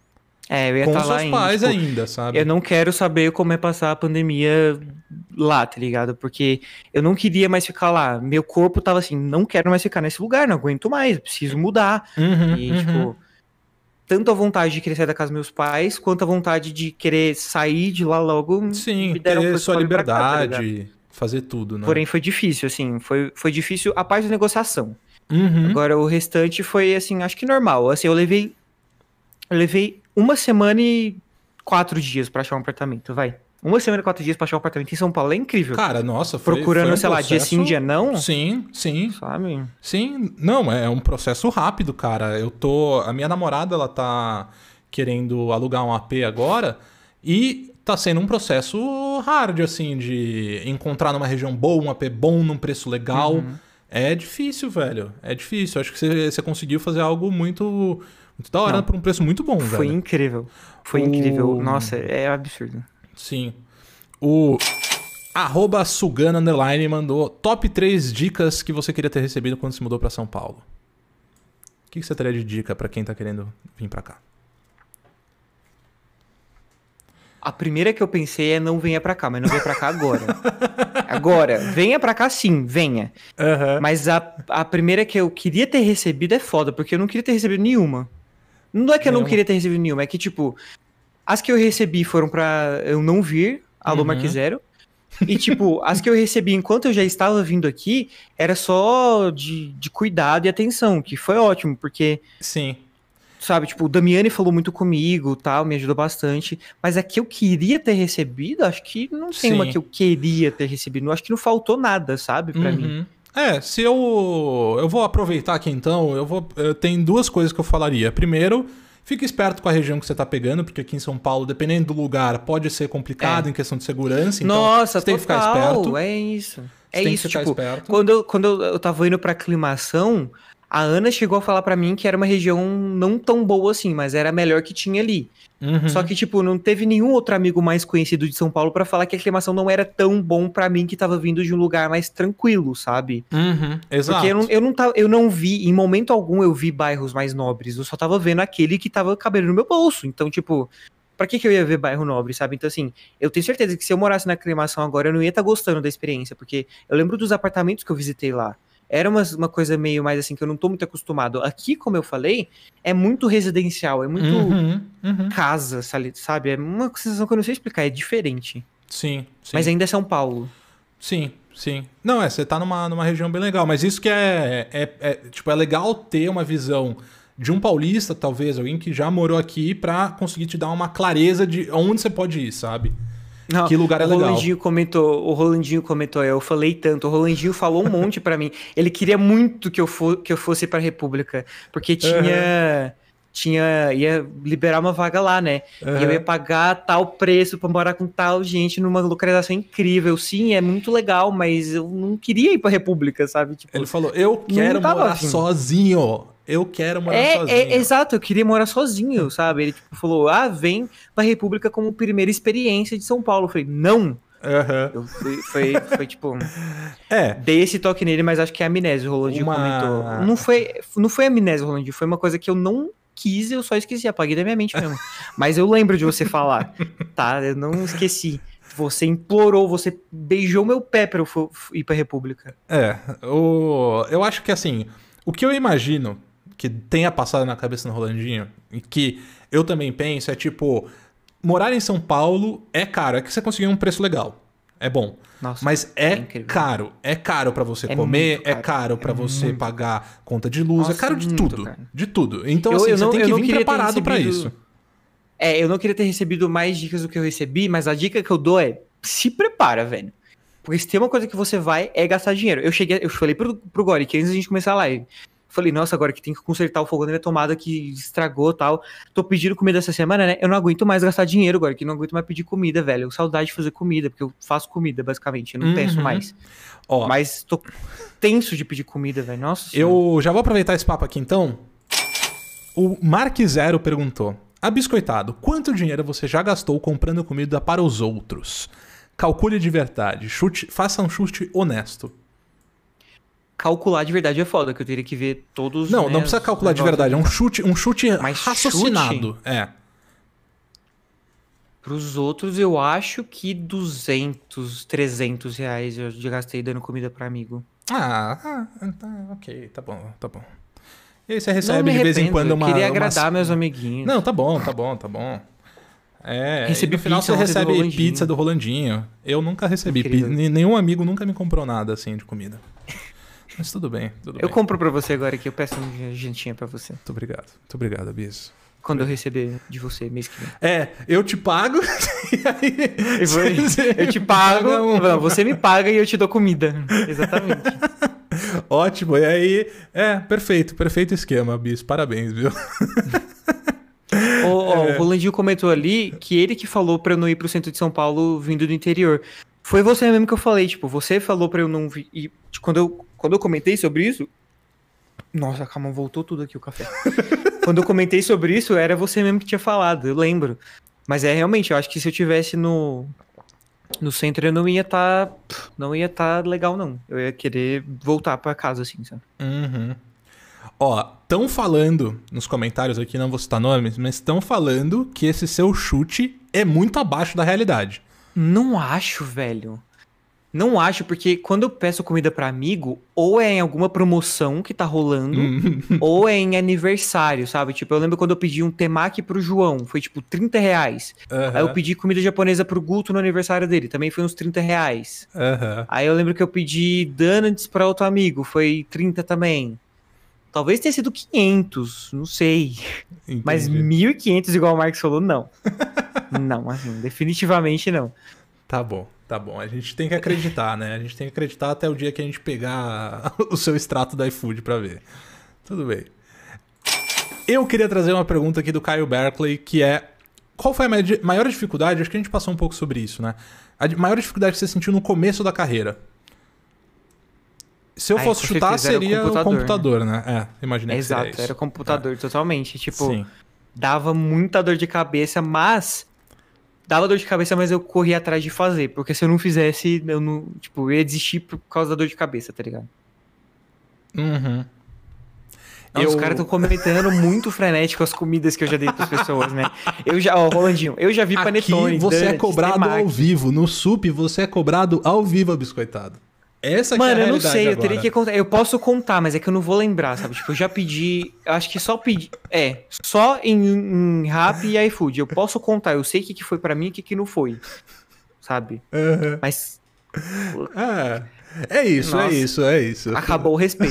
É, eu ia Com estar seus lá ainda. pais tipo, ainda, sabe? Eu não quero saber como é passar a pandemia lá, tá ligado? Porque eu não queria mais ficar lá. Meu corpo tava assim, não quero mais ficar nesse lugar, não aguento mais, preciso mudar. Uhum, E, uhum. tipo, tanto a vontade de querer sair da casa dos meus pais, quanto a vontade de querer sair de lá logo, Sim, me deram ter força sua pra vir pra cá, tá ligado? liberdade, fazer tudo, né? Porém, foi difícil, assim, foi, foi difícil a parte da negociação. Uhum. Agora, o restante foi, assim, acho que normal. Assim, eu levei. Eu levei uma semana e quatro dias pra achar um apartamento, vai. Uma semana e quatro dias pra achar um apartamento em São Paulo é incrível. Cara, nossa, foi Procurando, foi um sei lá, dia processo- sim, dia não. Sim, sim. Sabe? Sim, não, é um processo rápido, cara. Eu tô. A minha namorada, ela tá querendo alugar um A P agora e tá sendo um processo hard, assim, de encontrar numa região boa, um A P bom, num preço legal. Uhum. É difícil, velho. É difícil. Acho que você, você conseguiu fazer algo muito, muito da hora Não. por um preço muito bom, Foi velho. incrível. Foi O- incrível. Nossa, é absurdo. Sim. O arroba Sugana Underline mandou top três dicas que você queria ter recebido quando se mudou pra São Paulo. O que que você teria de dica pra quem tá querendo vir pra cá? A primeira que eu pensei é não venha pra cá, mas não venha pra cá agora. Agora, venha pra cá sim, venha. Aham. Mas a, a primeira que eu queria ter recebido é foda, porque eu não queria ter recebido nenhuma. Não é que eu não Nenhuma. queria ter recebido nenhuma, é que, tipo, as que eu recebi foram pra eu não vir, alô Uhum. Mark Zero. E, tipo, as que eu recebi enquanto eu já estava vindo aqui, era só de, de cuidado e atenção, que foi ótimo, porque, Sim. sabe, tipo, o Damiani falou muito comigo, tal, me ajudou bastante, mas a que eu queria ter recebido, acho que não tem Sim. uma que eu queria ter recebido, acho que não faltou nada, sabe, pra mim. Uhum. É, se eu. Eu vou aproveitar aqui então, eu vou. Eu tenho duas coisas que eu falaria. Primeiro, fique esperto com a região que você tá pegando, porque aqui em São Paulo, dependendo do lugar, pode ser complicado É. em questão de segurança. Então Nossa, você tem que ficar total, esperto. é isso. É Você tem que isso, ficar tipo, esperto. quando, eu, quando eu, eu tava indo pra aclimação, a Ana chegou a falar pra mim que era uma região não tão boa assim, mas era a melhor que tinha ali. Uhum. Só que, tipo, não teve nenhum outro amigo mais conhecido de São Paulo pra falar que a aclimação não era tão bom pra mim, que tava vindo de um lugar mais tranquilo, sabe? Uhum. Exato. Porque eu não, eu, não tava, eu não vi, em momento algum, eu vi bairros mais nobres. Eu só tava vendo aquele que tava cabendo no meu bolso. Então, tipo, pra que que eu ia ver bairro nobre, sabe? Então, assim, eu tenho certeza que se eu morasse na aclimação agora, eu não ia estar gostando da experiência. Porque eu lembro dos apartamentos que eu visitei lá. Era uma, uma coisa meio mais assim, que eu não tô muito acostumado. Aqui, como eu falei, é muito residencial, é muito Uhum. Uhum. casa, sabe? É uma sensação que eu não sei explicar, é diferente. Sim, sim. Mas ainda é São Paulo. Sim, sim. Não, é, você tá numa, numa região bem legal, mas isso que é, é, é, tipo, é legal ter uma visão de um paulista, talvez, alguém que já morou aqui, pra conseguir te dar uma clareza de onde você pode ir, sabe? Não, Que lugar é o legal. Rolandinho comentou, o Rolandinho comentou, eu falei tanto, o Rolandinho falou um monte pra mim. Ele queria muito que eu, for, que eu fosse pra República, porque tinha... tinha, ia liberar uma vaga lá, né? Uhum. E eu ia pagar tal preço pra morar com tal gente numa localização incrível. Sim, é muito legal, mas eu não queria ir pra República, sabe? Tipo, ele falou, eu quero morar assim. sozinho. Eu quero morar é, sozinho. É, exato, eu queria morar sozinho, sabe? Ele tipo, falou, ah, vem pra República como primeira experiência de São Paulo. Eu falei, não! Uhum. Eu fui, foi, foi tipo. É. Dei esse toque nele, mas acho que é amnésia, o Rolandinho uma... comentou. Não foi, não foi amnésia, Rolandinho, foi uma coisa que eu não quis, eu só esqueci, apaguei da minha mente mesmo. Mas eu lembro de você falar, tá? Eu não esqueci. Você implorou, você beijou meu pé pra eu ir pra República. É, o... eu acho que assim, o que eu imagino que tenha passado na cabeça do Rolandinho, e que eu também penso, é tipo. Morar em São Paulo é caro, é que você conseguiu um preço legal, é bom. Nossa, mas é, é caro, é caro pra você é comer, caro. é caro pra é você muito. pagar conta de luz, Nossa, é caro de tudo, caro. de tudo. Então eu, assim, eu você não, tem que vir preparado recebido... pra isso. É, eu não queria ter recebido mais dicas do que eu recebi, mas a dica que eu dou é, se prepara, velho. Porque se tem uma coisa que você vai, é gastar dinheiro. Eu cheguei, eu falei pro, pro Gori, que antes da gente começar a live, falei, nossa, agora que tem que consertar o fogão da minha tomada que estragou e tal. Tô pedindo comida essa semana, né? Eu não aguento mais gastar dinheiro agora, que não aguento mais pedir comida, velho. Eu saudade de fazer comida, porque eu faço comida, basicamente. Eu não uhum. peço mais. Ó, mas tô tenso de pedir comida, velho. Nossa Eu senhora. já vou aproveitar esse papo aqui, então. O Mark Zero perguntou, ah, biscoitado, quanto dinheiro você já gastou comprando comida para os outros? Calcule de verdade. Chute, faça um chute honesto. Calcular de verdade é foda, que eu teria que ver todos. Não, né, não precisa calcular de verdade, é um chute, um chute Mas raciocinado. Chute? É. Pros outros, eu acho que duzentos, trezentos reais eu já gastei dando comida pra amigo. Ah, ah tá, ok, tá bom, tá bom. E aí você recebe de arrependo, vez em quando uma... Eu queria agradar umas... meus amiguinhos. Não, tá bom, tá bom, tá bom. É, recebi no final pizza você recebe do pizza do Rolandinho. Eu nunca recebi Incrível. pizza. Nenhum amigo nunca me comprou nada assim de comida. Mas tudo bem, tudo Eu bem. compro pra você agora aqui, eu peço uma jantinha pra você. Muito obrigado, muito obrigado, Abis. Quando eu receber de você mês que vem. É, eu te pago e aí... Eu, vou, eu te pago, não, você me paga e eu te dou comida. Exatamente. Ótimo, e aí... É, perfeito, perfeito esquema, Bis. Parabéns, viu? O, o é. Rolandinho comentou ali que ele que falou pra eu não ir pro centro de São Paulo vindo do interior. Foi você mesmo que eu falei, tipo, você falou pra eu não ir... Quando eu, quando eu comentei sobre isso... Nossa, calma, voltou tudo aqui o café. Quando eu comentei sobre isso, era você mesmo que tinha falado, eu lembro. Mas é realmente, eu acho que se eu tivesse no, no centro, eu não ia estar. Tá, não ia estar tá legal, não. Eu ia querer voltar pra casa, assim, sabe? Uhum. Ó, estão falando nos comentários aqui, não vou citar nomes, mas estão falando que esse seu chute é muito abaixo da realidade. Não acho, velho. Não acho, porque quando eu peço comida pra amigo, ou é em alguma promoção que tá rolando, ou é em aniversário, sabe? Tipo, eu lembro quando eu pedi um temaki pro João, foi tipo trinta reais. Uhum. Aí eu pedi comida japonesa pro Guto no aniversário dele, também foi uns trinta reais. Uhum. Aí eu lembro que eu pedi donuts pra outro amigo, foi trinta também. Talvez tenha sido quinhentos, não sei. Entendi. Mas mil e quinhentos, igual o Marcos falou, não. Não, assim, definitivamente não. Tá bom. Tá bom, a gente tem que acreditar, né? A gente tem que acreditar até o dia que a gente pegar o seu extrato da iFood pra ver. Tudo bem. Eu queria trazer uma pergunta aqui do Caio Berkeley, que é... Qual foi a maior dificuldade? Acho que a gente passou um pouco sobre isso, né? A maior dificuldade que você sentiu no começo da carreira. Se eu Ai, fosse chutar, seria o computador, o computador né? né? É, imaginei é, que seria exato, isso. era o computador, é. Totalmente. Tipo, Sim. Dava muita dor de cabeça, mas... Dava dor de cabeça, mas eu corria atrás de fazer. Porque se eu não fizesse, eu não... Tipo, eu ia desistir por causa da dor de cabeça, tá ligado? Uhum. Não, eu... Os caras estão comentando muito frenético as comidas que eu já dei pras pessoas, né? Eu já... Ó, Rolandinho, eu já vi panetone. Aqui você Dante, é cobrado temaki. Ao vivo. No S U P você é cobrado ao vivo, biscoitado. Essa Mano, que é a eu não sei, agora. eu teria que contar. Eu posso contar, mas é que eu não vou lembrar, sabe? Tipo, eu já pedi. Acho que só pedi. É, só em, em Rappi e iFood. Eu posso contar, eu sei o que, que foi pra mim e o que, que não foi. Sabe? Uhum. Mas. É, é isso, Nossa, é isso, é isso. Acabou o respeito.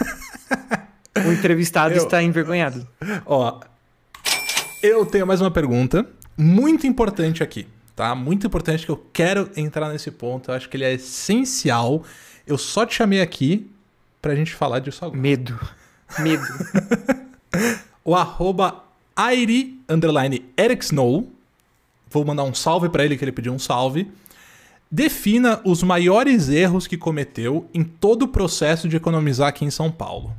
O entrevistado eu... está envergonhado. Ó, eu tenho mais uma pergunta muito importante aqui. Tá? Muito importante que eu quero entrar nesse ponto. Eu acho que ele é essencial. Eu só te chamei aqui pra gente falar disso agora. Medo. Medo. O arroba Airi, underline, Eric Snow. Vou mandar um salve pra ele, que ele pediu um salve. Defina os maiores erros que cometeu em todo o processo de economizar aqui em São Paulo.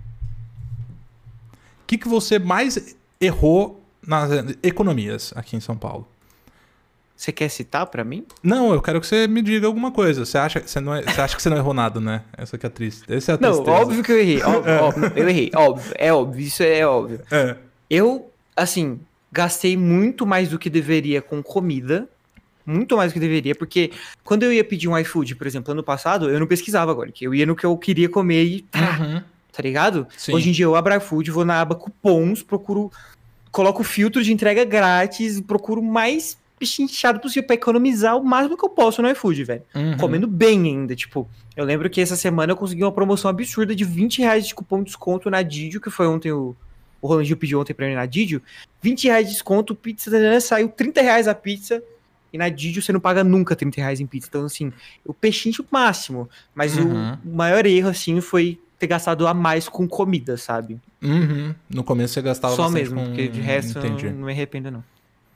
O que, que você mais errou nas economias aqui em São Paulo? Você quer citar pra mim? Não, eu quero que você me diga alguma coisa. Você acha, você não, é, você acha que você não errou nada, né? Essa aqui é a triste. Essa é a não, tristeza. óbvio que eu errei. Óbvio, óbvio, eu errei, óbvio. É óbvio, isso é óbvio. É. Eu, assim, gastei muito mais do que deveria com comida. Muito mais do que deveria, porque quando eu ia pedir um iFood, por exemplo, ano passado, eu não pesquisava agora, que eu ia no que eu queria comer e tá, Uhum. tá ligado? Sim. Hoje em dia eu abro iFood, vou na aba cupons, procuro, coloco filtro de entrega grátis, procuro o mais pechinchado possível pra economizar o máximo que eu posso no iFood, velho. Uhum. Comendo bem ainda, tipo, eu lembro que essa semana eu consegui uma promoção absurda de vinte reais de cupom de desconto na Didio, que foi ontem o, o Rolandinho pediu ontem pra mim na Didio, vinte reais de desconto, pizza, saiu trinta reais a pizza. E na Didio você não paga nunca trinta reais em pizza. Então, assim, o pechincho máximo. Mas Uhum. o maior erro, assim, foi ter gastado a mais com comida, sabe? Uhum. No começo você gastava Só bastante mesmo, com... porque de resto Entendi. eu não me arrependo, não.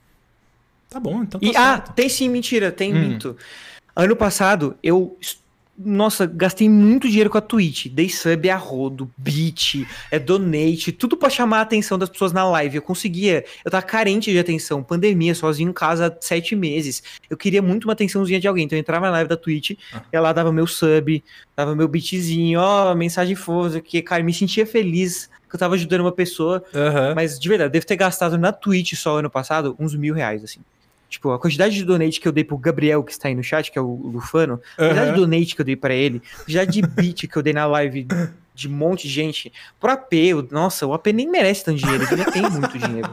Tá bom, então tá E, ah, certo. tem sim, mentira, tem Hum. minto. Ano passado, eu... Nossa, gastei muito dinheiro com a Twitch. Dei sub a rodo, bit, é donate, tudo pra chamar a atenção das pessoas na live. Eu conseguia, eu tava carente de atenção, pandemia, sozinho em casa há sete meses. Eu queria muito uma atençãozinha de alguém. Então eu entrava na live da Twitch, Ah. ela dava meu sub, dava meu bitzinho, ó, mensagem fofa, que, cara, me sentia feliz que eu tava ajudando uma pessoa. Uhum. Mas de verdade, devo ter gastado na Twitch só ano passado uns mil reais, assim. Tipo, a quantidade de donate que eu dei pro Gabriel, que está aí no chat, que é o Lufano, a quantidade Uhum. de donate que eu dei pra ele, já de beat que eu dei na live de um monte de gente, pro A P, o- nossa, o A P nem merece tanto dinheiro, ele já tem muito dinheiro.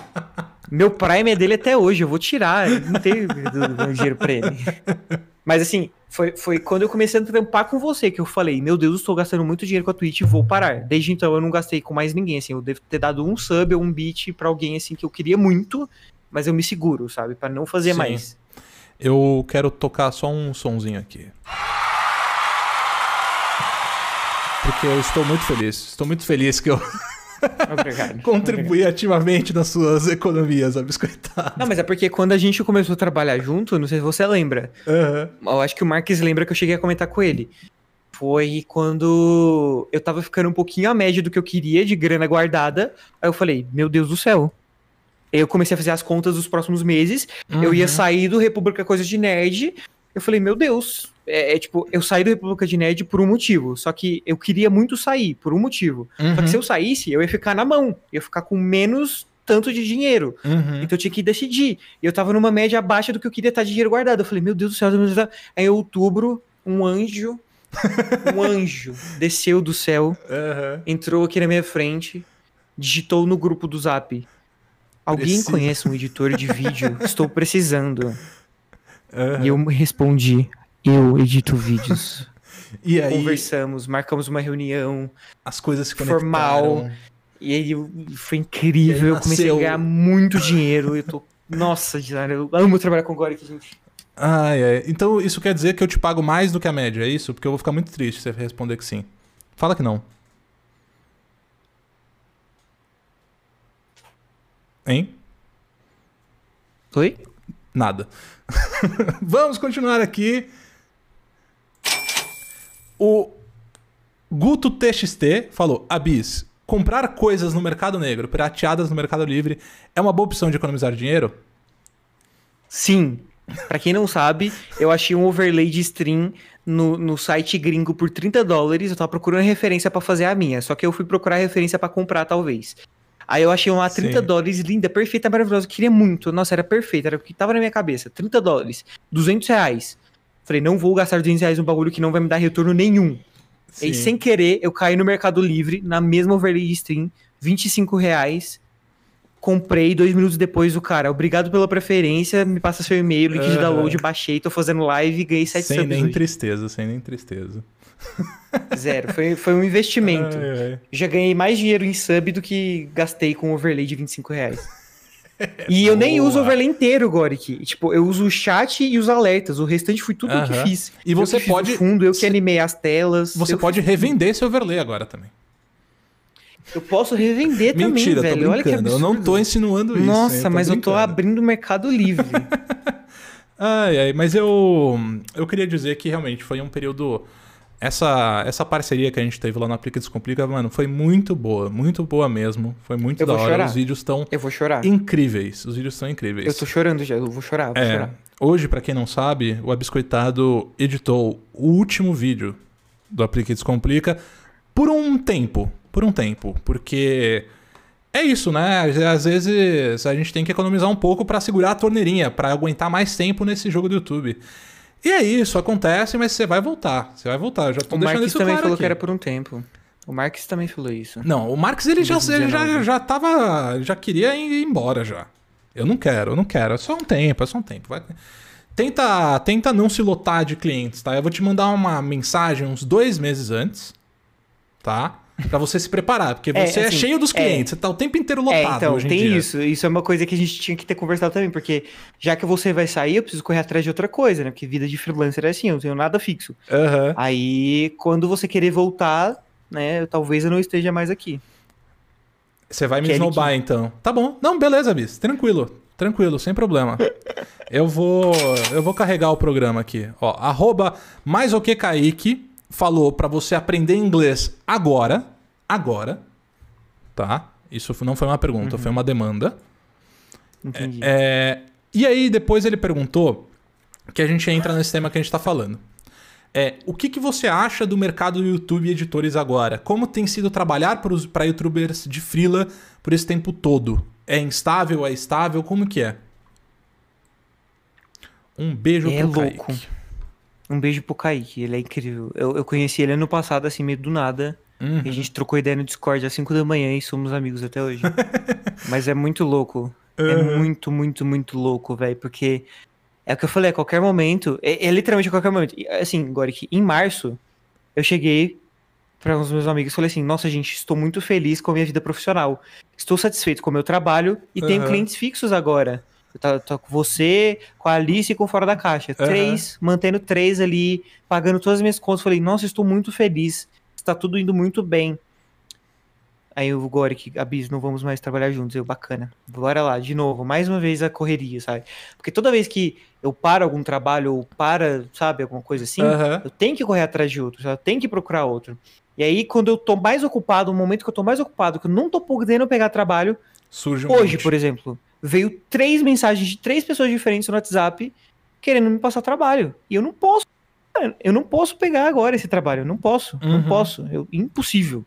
Meu Prime é dele até hoje, eu vou tirar, eu não tenho do- do dinheiro pra ele. Mas assim, foi, foi quando eu comecei a trampar com você que eu falei, meu Deus, eu estou gastando muito dinheiro com a Twitch e vou parar. Desde então eu não gastei com mais ninguém, assim, eu devo ter dado um sub ou um beat pra alguém, assim, que eu queria muito, mas eu me seguro, sabe? Pra não fazer Sim. mais. Eu quero tocar só um sonzinho aqui. Porque eu estou muito feliz. Estou muito feliz que eu Obrigado. contribuí ativamente nas suas economias, ó, biscoitado. Não, mas é porque quando a gente começou a trabalhar junto, não sei se você lembra, Uhum. eu acho que o Marques lembra que eu cheguei a comentar com ele. Foi quando eu tava ficando um pouquinho a média do que eu queria de grana guardada. Aí eu falei, meu Deus do céu. Aí eu comecei a fazer as contas dos próximos meses. Eu ia Uhum. sair do República Coisa de Nerd. Eu falei, meu Deus. É, é tipo, eu saí do República de Nerd por um motivo. Só que eu queria muito sair por um motivo. Só Uhum. que se eu saísse, eu ia ficar na mão. Eu ia ficar com menos tanto de dinheiro. Uhum. Então eu tinha que decidir. E eu tava numa média abaixo do que eu queria estar de dinheiro guardado. Eu falei, meu Deus do céu. Meu Deus do céu. Aí em outubro, um anjo, um anjo desceu do céu, Uhum. entrou aqui na minha frente, digitou no grupo do Zap. Alguém Preciso. conhece um editor de vídeo? Estou precisando. Uhum. E eu respondi, eu edito vídeos. E aí, Conversamos, marcamos uma reunião. as coisas se conectaram. Formal. E aí eu- foi incrível. E aí Eu comecei nasceu- a ganhar muito dinheiro. Eu tô. Nossa, Diana, eu amo trabalhar com Goric, gente. Ai, ai. Então isso quer dizer que eu te pago mais do que a média, é isso? Porque eu vou ficar muito triste se você responder que sim. Fala que não. Hein? Oi? Nada. Vamos continuar aqui. O Guto T X T falou: Abis, comprar coisas no mercado negro, pirateadas no Mercado Livre, é uma boa opção de economizar dinheiro? Sim. Pra quem não sabe, eu achei um overlay de stream no, no site gringo por trinta dólares. Eu tava procurando referência pra fazer a minha. Só que eu fui procurar referência pra comprar, talvez. Aí eu achei uma trinta Sim. dólares, linda, perfeita, maravilhosa. Eu queria muito. Nossa, era perfeita. Era o que tava na minha cabeça. trinta dólares. duzentos reais. Falei, não vou gastar duzentos reais num bagulho que não vai me dar retorno nenhum. Sim. E sem querer, eu caí no Mercado Livre, na mesma overlay de stream, vinte e cinco reais. Comprei, dois minutos depois o cara, obrigado pela preferência, me passa seu e-mail, link de Aham. download, baixei, tô fazendo live e ganhei sete Sem subs nem hoje. tristeza, sem nem tristeza. Zero, foi, foi um investimento. Ai, ai. Já ganhei mais dinheiro em sub do que gastei com overlay de vinte e cinco reais. E eu nem Boa. uso o overlay inteiro, Goric. Tipo, eu uso o chat e os alertas, o restante foi tudo eu que Aham. fiz. E Eu você que fiz o pode- fundo, eu que Cê- animei as telas. Você eu pode fiz tudo. revender esse overlay agora também. Eu posso revender também, Mentira, velho. tô Olha que brincando. Eu absurdo. não tô insinuando isso. Nossa, hein? Eu tô mas eu tô brincando. abrindo o Mercado Livre. Ai, ai, mas eu eu queria dizer que realmente foi um período... Essa, essa parceria que a gente teve lá no Aplica Descomplica, mano, foi muito boa. Muito boa mesmo. Foi muito Eu da vou hora. chorar. Os vídeos estão Eu vou chorar. incríveis. Os vídeos estão incríveis. Eu tô chorando já, eu vou chorar, vou É, chorar. hoje, pra quem não sabe, o Abiscoitado editou o último vídeo do Aplica e Descomplica por um tempo. Por um tempo. Porque é isso, né? Às vezes a gente tem que economizar um pouco pra segurar a torneirinha, pra aguentar mais tempo nesse jogo do YouTube. E é isso, acontece, mas você vai voltar. Você vai voltar. Eu já tô O deixando Marques isso também claro falou aqui. que era por um tempo. O Marques também falou isso. Não, o Marques ele já, ele já, já tava. Já queria ir embora já. Eu não quero, eu não quero. É só um tempo, é só um tempo. Vai... Tenta, tenta não se lotar de clientes, tá? Eu vou te mandar uma mensagem uns dois meses antes, tá? Pra você se preparar, porque você é, assim, é cheio dos clientes, é, você tá o tempo inteiro é, lotado então, hoje em tem dia. isso. Isso é uma coisa que a gente tinha que ter conversado também, porque já que você vai sair, eu preciso correr atrás de outra coisa, né? Porque vida de freelancer é assim, eu não tenho nada fixo. Uhum. Aí, quando você querer voltar, né? Talvez eu não esteja mais aqui. Você vai me Kelly esnobar, Kim. então. Tá bom. Não, beleza, Bis. Tranquilo. Tranquilo, sem problema. eu vou eu vou carregar o programa aqui. Ó, arroba mais o que Kaique falou pra você aprender inglês agora. Agora. Tá? Isso não foi uma pergunta, uhum. foi uma demanda. Entendi. É, e aí depois ele perguntou que a gente entra nesse tema que a gente tá falando. É, o que, que você acha do mercado do YouTube e editores agora? Como tem sido trabalhar para youtubers de freela por esse tempo todo? É instável? É estável? Como que é? Um beijo é pro louco. Kaique. Um beijo pro Kaique, ele é incrível. Eu, eu conheci ele ano passado, assim, meio do nada. Uhum. E a gente trocou ideia no Discord às cinco da manhã e somos amigos até hoje. Mas é muito louco. Uhum. É muito, muito, muito louco, velho. Porque é o que eu falei, a qualquer momento... É, é literalmente a qualquer momento. Assim, agora que em março, eu cheguei para uns meus amigos e falei assim, nossa, gente, estou muito feliz com a minha vida profissional. Estou satisfeito com o meu trabalho e uhum. tenho clientes fixos agora. Eu tô, tô com você, com a Alice e com Fora da Caixa. Uhum. Três, mantendo três ali, pagando todas as minhas contas. Falei, nossa, estou muito feliz. Está tudo indo muito bem. Aí o Goric, a Bis, não vamos mais trabalhar juntos. Eu, bacana. Bora lá, de novo. Mais uma vez a correria, sabe? Porque toda vez que eu paro algum trabalho ou para, sabe, alguma coisa assim, uhum. eu tenho que correr atrás de outro, eu tenho que procurar outro. E aí, quando eu tô mais ocupado, no momento que eu tô mais ocupado, que eu não tô podendo pegar trabalho, surge um hoje, monte. Por exemplo, veio três mensagens de três pessoas diferentes no WhatsApp querendo me passar trabalho. E eu não posso, eu não posso pegar agora esse trabalho, eu não posso, uhum. não posso, eu, impossível.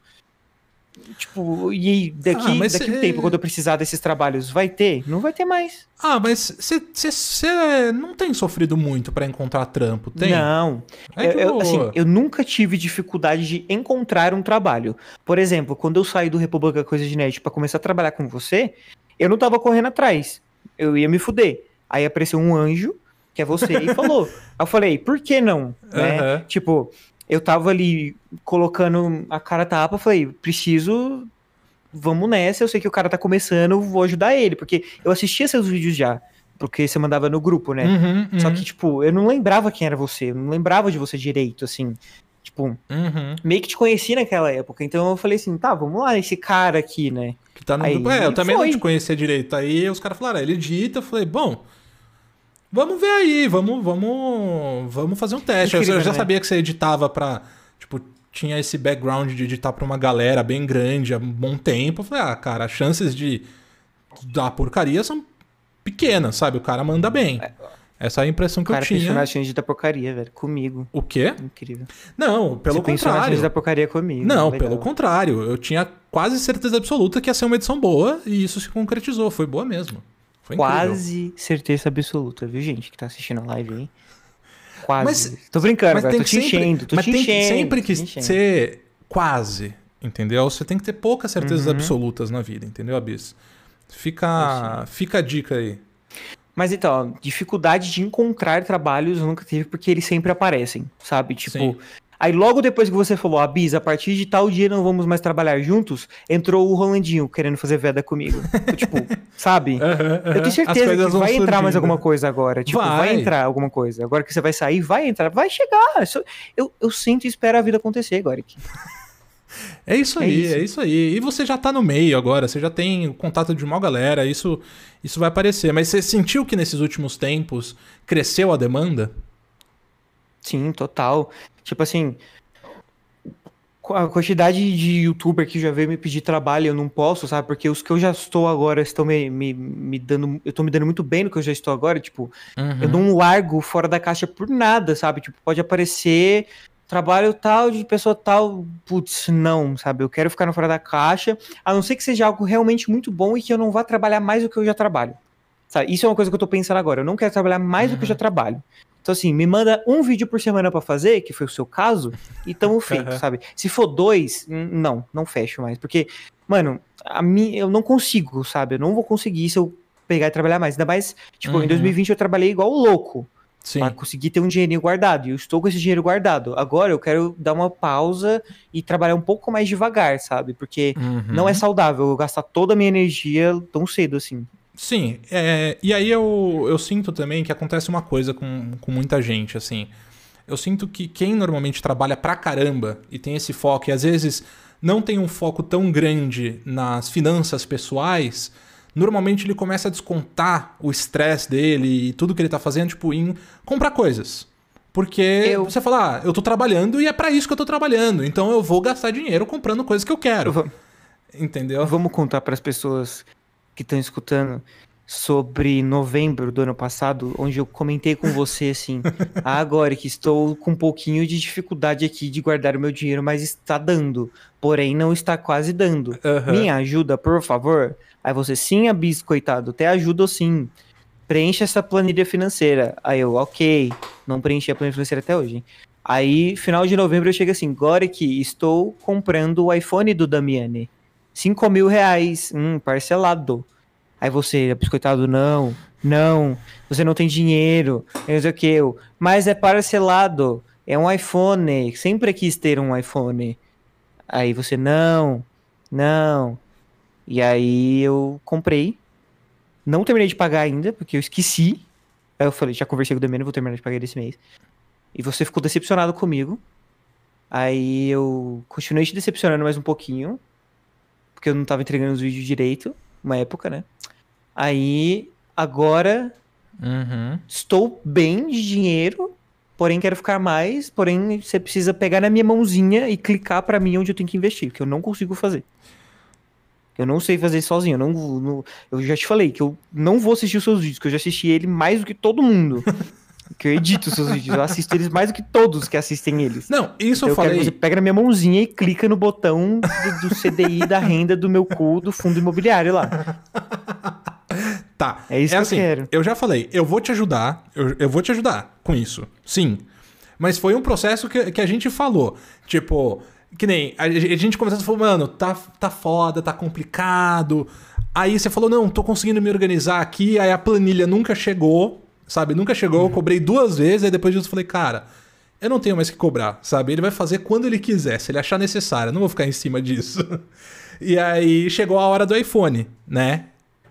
Tipo, e daqui, ah, daqui a um é... tempo, quando eu precisar desses trabalhos, vai ter? Não vai ter mais. Ah, mas você não tem sofrido muito pra encontrar trampo, tem? Não. É eu, eu, assim, eu nunca tive dificuldade de encontrar um trabalho. Por exemplo, quando eu saí do República Coisa de Net pra começar a trabalhar com você, eu não tava correndo atrás. Eu ia me fuder. Aí apareceu um anjo, que é você, e falou. Aí eu falei, por que não? Né? Uhum. Tipo... Eu tava ali colocando a cara a tapa, falei, preciso, vamos nessa, eu sei que o cara tá começando, vou ajudar ele, porque eu assistia seus vídeos já, porque você mandava no grupo, né? Uhum, uhum. Só que, tipo, eu não lembrava quem era você, eu não lembrava de você direito, assim, tipo, uhum. meio que te conheci naquela época, então eu falei assim, tá, vamos lá, esse cara aqui, né? Que tá no aí, grupo. É, eu também foi. não te conhecia direito, aí os caras falaram, ah, ele edita, eu falei, bom... Vamos ver aí, vamos, vamos, vamos fazer um teste. Incrível, eu já né? sabia que você editava pra... Tipo, tinha esse background de editar pra uma galera bem grande há um bom tempo. Eu falei, ah, cara, as chances de dar porcaria são pequenas, sabe? O cara manda bem. Essa é a impressão que eu tinha. O cara pensou na chance da porcaria, velho, comigo. O quê? Incrível. Não, pelo você contrário. Você pensou na chance da porcaria comigo. Não, legal. pelo contrário. Eu tinha quase certeza absoluta que ia ser uma edição boa e isso se concretizou. Foi boa mesmo. Foi quase incrível. Certeza absoluta, viu, gente, que tá assistindo a live aí? Quase. Mas, tô brincando, mas agora, tem tô que te sempre, enchendo, tô mas te tem enchendo. Que sempre que enchendo. ser quase, entendeu? Você tem que ter poucas certezas uhum. absolutas na vida, entendeu, Abis? Fica, fica a dica aí. Mas então, ó, dificuldade de encontrar trabalhos eu nunca tive, porque eles sempre aparecem, sabe? Tipo... Sim. Aí logo depois que você falou, Abis, a partir de tal dia não vamos mais trabalhar juntos, entrou o Rolandinho querendo fazer veda comigo. Eu, tipo, sabe? Uhum, uhum. Eu tenho certeza que vai entrar surgindo. mais alguma coisa agora. Tipo, vai. vai entrar alguma coisa. Agora que você vai sair, vai entrar. Vai chegar. Eu, eu sinto e espero a vida acontecer agora aqui. É isso aí, é isso. é isso aí. E você já tá no meio agora, você já tem o contato de uma galera, isso, isso vai aparecer. Mas você sentiu que nesses últimos tempos cresceu a demanda? Sim, total. Tipo assim, a quantidade de youtuber que já veio me pedir trabalho, eu não posso, sabe? Porque os que eu já estou agora estão me, me, me dando. Eu tô me dando muito bem no que eu já estou agora. Tipo, uhum. eu não largo fora da caixa por nada, sabe? Tipo, pode aparecer trabalho tal de pessoa tal. Putz, não, sabe? Eu quero ficar no fora da caixa, a não ser que seja algo realmente muito bom e que eu não vá trabalhar mais do que eu já trabalho. Sabe? Isso é uma coisa que eu tô pensando agora. Eu não quero trabalhar mais uhum. do que eu já trabalho. Então, assim, me manda um vídeo por semana pra fazer, que foi o seu caso, e tamo feito, uhum. sabe? Se for dois, não, não fecho mais. Porque, mano, a mim, eu não consigo, sabe? Eu não vou conseguir se eu pegar e trabalhar mais. Ainda mais, tipo, uhum. em dois mil e vinte eu trabalhei igual louco. Sim. Pra conseguir ter um dinheirinho guardado. E eu estou com esse dinheiro guardado. Agora eu quero dar uma pausa e trabalhar um pouco mais devagar, sabe? Porque uhum. não é saudável eu gastar toda a minha energia tão cedo assim. Sim, é, e aí eu, eu sinto também que acontece uma coisa com, com muita gente, assim. Eu sinto que quem normalmente trabalha pra caramba e tem esse foco, e às vezes não tem um foco tão grande nas finanças pessoais, normalmente ele começa a descontar o estresse dele e tudo que ele tá fazendo, tipo, em comprar coisas. Porque eu... você fala, ah, eu tô trabalhando e é pra isso que eu tô trabalhando, então eu vou gastar dinheiro comprando coisas que eu quero. Vou... Entendeu? Vamos contar pras pessoas que estão escutando sobre novembro do ano passado, onde eu comentei com você assim, ah, agora que estou com um pouquinho de dificuldade aqui de guardar o meu dinheiro, mas está dando, porém não está quase dando. Uhum. Me ajuda, por favor? Aí você, sim, Abis, coitado, até ajudo sim. Preencha essa planilha financeira. Aí eu, ok, não preenchi a planilha financeira até hoje. Hein? Aí, final de novembro, eu chego assim, agora que estou comprando o iPhone do Damiani. cinco mil reais, hum, parcelado. Aí você, biscoitado, não, não, você não tem dinheiro, eu não sei o que, eu, mas é parcelado, é um iPhone, sempre quis ter um iPhone. Aí você, não, não. E aí eu comprei, não terminei de pagar ainda, porque eu esqueci. Aí eu falei, já conversei com o Damiano, vou terminar de pagar esse mês. E você ficou decepcionado comigo. Aí eu continuei te decepcionando mais um pouquinho, porque eu não tava entregando os vídeos direito, uma época, né? Aí, agora, uhum. estou bem de dinheiro, porém quero ficar mais, porém você precisa pegar na minha mãozinha e clicar pra mim onde eu tenho que investir, que eu não consigo fazer. Eu não sei fazer sozinho, eu, não, não, eu já te falei que eu não vou assistir os seus vídeos, que eu já assisti ele mais do que todo mundo. Que eu edito os seus vídeos, eu assisto eles mais do que todos que assistem eles. Não, isso então, eu falei... Quero que você pega na minha mãozinha e clica no botão do, do C D I da renda do meu cu do fundo imobiliário lá. Tá. É isso é que assim, eu quero. Eu já falei, eu vou te ajudar, eu, eu vou te ajudar com isso, sim. Mas foi um processo que, que a gente falou. Tipo, que nem, a, a gente começou a falar, mano, tá, tá foda, tá complicado. Aí você falou, não, tô conseguindo me organizar aqui, aí a planilha nunca chegou, sabe? Nunca chegou, eu cobrei duas vezes, aí depois disso eu falei, cara, eu não tenho mais que cobrar, sabe? Ele vai fazer quando ele quiser, se ele achar necessário, eu não vou ficar em cima disso. E aí chegou a hora do iPhone, né?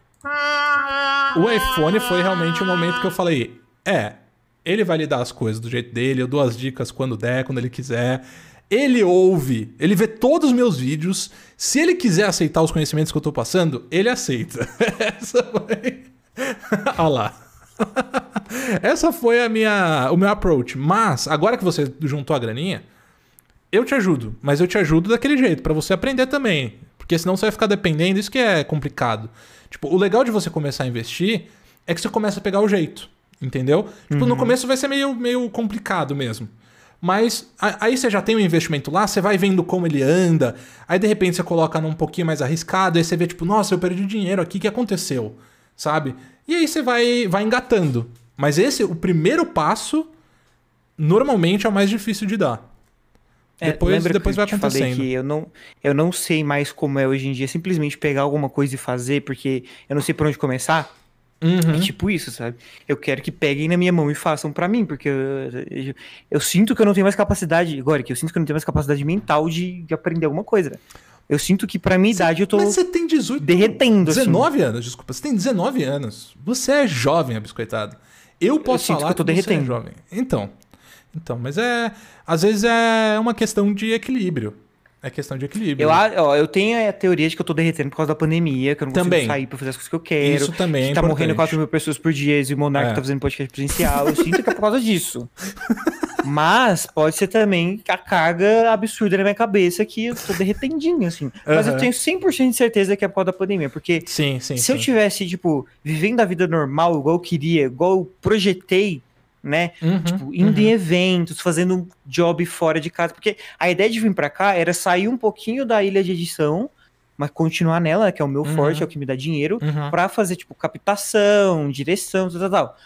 O iPhone foi realmente o momento que eu falei, é, ele vai lhe dar as coisas do jeito dele, eu dou as dicas quando der, quando ele quiser. Ele ouve, ele vê todos os meus vídeos. Se ele quiser aceitar os conhecimentos que eu tô passando, ele aceita. Essa foi... Olha lá. Essa foi a minha, o meu approach. Mas, agora que você juntou a graninha, eu te ajudo. Mas eu te ajudo daquele jeito, pra você aprender também. Porque senão você vai ficar dependendo, isso que é complicado. Tipo, o legal de você começar a investir é que você começa a pegar o jeito, entendeu? Tipo, uhum. No começo vai ser meio, meio complicado mesmo. Mas aí você já tem um investimento lá, você vai vendo como ele anda, aí de repente você coloca num pouquinho mais arriscado, aí você vê tipo, nossa, eu perdi dinheiro aqui, o que aconteceu? Sabe? E aí você vai, vai engatando. Mas esse, o primeiro passo, normalmente é o mais difícil de dar. É, depois depois que eu vai acontecendo. Falei que eu não, eu não sei mais como é hoje em dia, simplesmente pegar alguma coisa e fazer, porque eu não sei por onde começar. Uhum. É tipo isso, sabe? Eu quero que peguem na minha mão e façam pra mim, porque eu, eu, eu sinto que eu não tenho mais capacidade, agora que eu sinto que eu não tenho mais capacidade mental de, de aprender alguma coisa. Eu sinto que pra minha você, idade eu tô mas você tem dezoito, derretendo. dezenove assim. anos, desculpa. Você tem dezenove anos. Você é jovem, biscoitado. Eu posso eu falar que, eu tô que derretendo. você é jovem. Então, então, mas é... Às vezes é uma questão de equilíbrio. É questão de equilíbrio. Eu, ó, eu tenho a teoria de que eu tô derretendo por causa da pandemia, que eu não consigo também. sair pra fazer as coisas que eu quero. Isso também que é tá importante. morrendo quatro mil pessoas por dia e o Monark é. tá fazendo podcast presencial. Eu sinto que é por causa disso. Mas pode ser também a carga absurda na minha cabeça que eu tô derretendinho, assim. Mas uhum. eu tenho cem por cento de certeza que é por causa da pandemia. Porque sim, sim, se sim. eu tivesse, tipo, vivendo a vida normal, igual eu queria, igual eu projetei, né? Uhum, tipo, indo uhum. em eventos, fazendo um job fora de casa. Porque a ideia de vir pra cá era sair um pouquinho da ilha de edição, mas continuar nela, que é o meu uhum. forte, é o que me dá dinheiro, uhum. pra fazer, tipo, captação, direção, tal, tal, tal.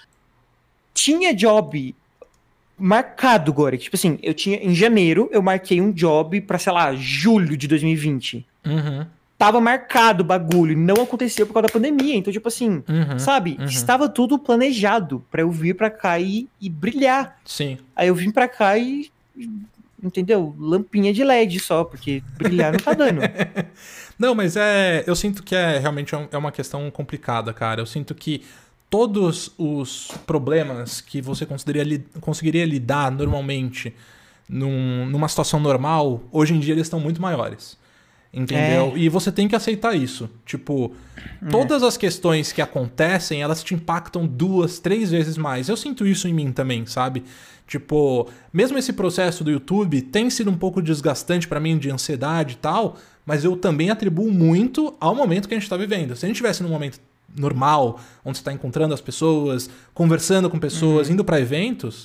Tinha job marcado, Gore. Tipo assim, eu tinha, em janeiro, eu marquei um job pra, sei lá, julho de dois mil e vinte. Uhum. Tava marcado o bagulho, não aconteceu por causa da pandemia. Então, tipo assim, uhum, sabe? Uhum. Estava tudo planejado pra eu vir pra cá e, e brilhar. Sim. Aí eu vim pra cá e, entendeu? Lampinha de L E D só, porque brilhar não tá dando. Não, mas é... Eu sinto que é realmente é uma questão complicada, cara. Eu sinto que todos os problemas que você conseguiria, conseguiria lidar normalmente num, numa situação normal, hoje em dia eles estão muito maiores. Entendeu? É. E você tem que aceitar isso. Tipo, todas é. as questões que acontecem, elas te impactam duas, três vezes mais. Eu sinto isso em mim também, sabe? Tipo, mesmo esse processo do YouTube tem sido um pouco desgastante pra mim, de ansiedade e tal, mas eu também atribuo muito ao momento que a gente tá vivendo. Se a gente estivesse num momento normal, onde você tá encontrando as pessoas, conversando com pessoas, uhum. indo pra eventos,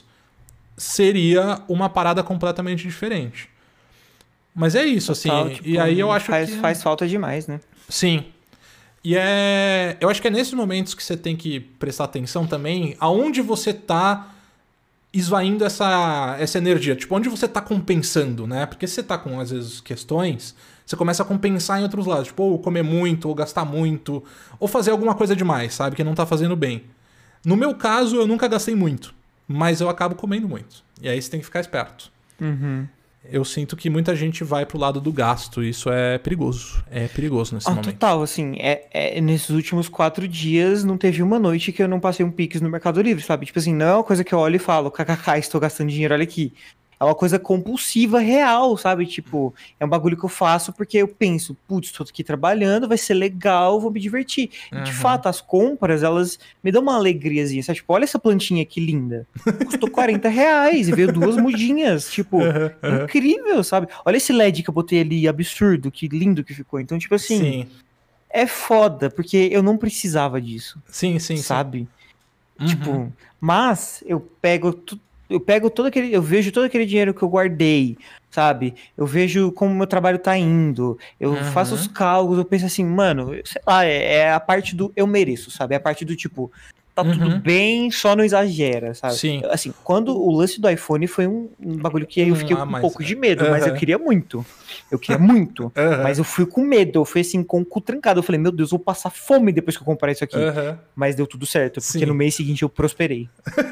seria uma parada completamente diferente. Mas é isso, Total, assim, tipo, e aí eu acho faz, que... Faz falta demais, né? Sim. E é... Eu acho que é nesses momentos que você tem que prestar atenção também, aonde você tá esvaindo essa, essa energia. Tipo, onde você tá compensando, né? Porque se você tá com, às vezes, questões, você começa a compensar em outros lados. Tipo, ou comer muito, ou gastar muito, ou fazer alguma coisa demais, sabe? Que não tá fazendo bem. No meu caso, eu nunca gastei muito, mas eu acabo comendo muito. E aí você tem que ficar esperto. Uhum. Eu sinto que muita gente vai pro lado do gasto. Isso é perigoso. É perigoso nesse ah, momento. Total, assim, é, é, nesses últimos quatro dias não teve uma noite que eu não passei um Pix no Mercado Livre, sabe? Tipo assim, não é uma coisa que eu olho e falo, kkk, estou gastando dinheiro, olha aqui. É uma coisa compulsiva, real, sabe? Tipo, é um bagulho que eu faço porque eu penso, putz, tô aqui trabalhando, vai ser legal, vou me divertir. Uhum. E de fato, as compras, elas me dão uma alegriazinha, sabe? Tipo, olha essa plantinha que linda. Custou quarenta reais e veio duas mudinhas. Tipo, uhum, uhum. incrível, sabe? Olha esse L E D que eu botei ali, absurdo, que lindo que ficou. Então, tipo assim, sim. é foda, porque eu não precisava disso. Sim, sim, sabe? Sim. Tipo, uhum. mas eu pego tudo. Eu pego todo aquele, eu vejo todo aquele dinheiro que eu guardei, sabe? Eu vejo como o meu trabalho tá indo, eu uhum. faço os cálculos, eu penso assim, mano, sei lá, é, é a parte do eu mereço, sabe? É a parte do tipo, tá uhum. tudo bem, só não exagera, sabe? Sim. Assim, quando o lance do iPhone foi um, um bagulho que eu fiquei ah, com um pouco de medo, uhum. mas eu queria muito. Eu queria muito, uhum. mas eu fui com medo, eu fui assim, com o cu trancado. Eu falei, meu Deus, eu vou passar fome depois que eu comprar isso aqui. Uhum. Mas deu tudo certo, porque Sim. no mês seguinte eu prosperei.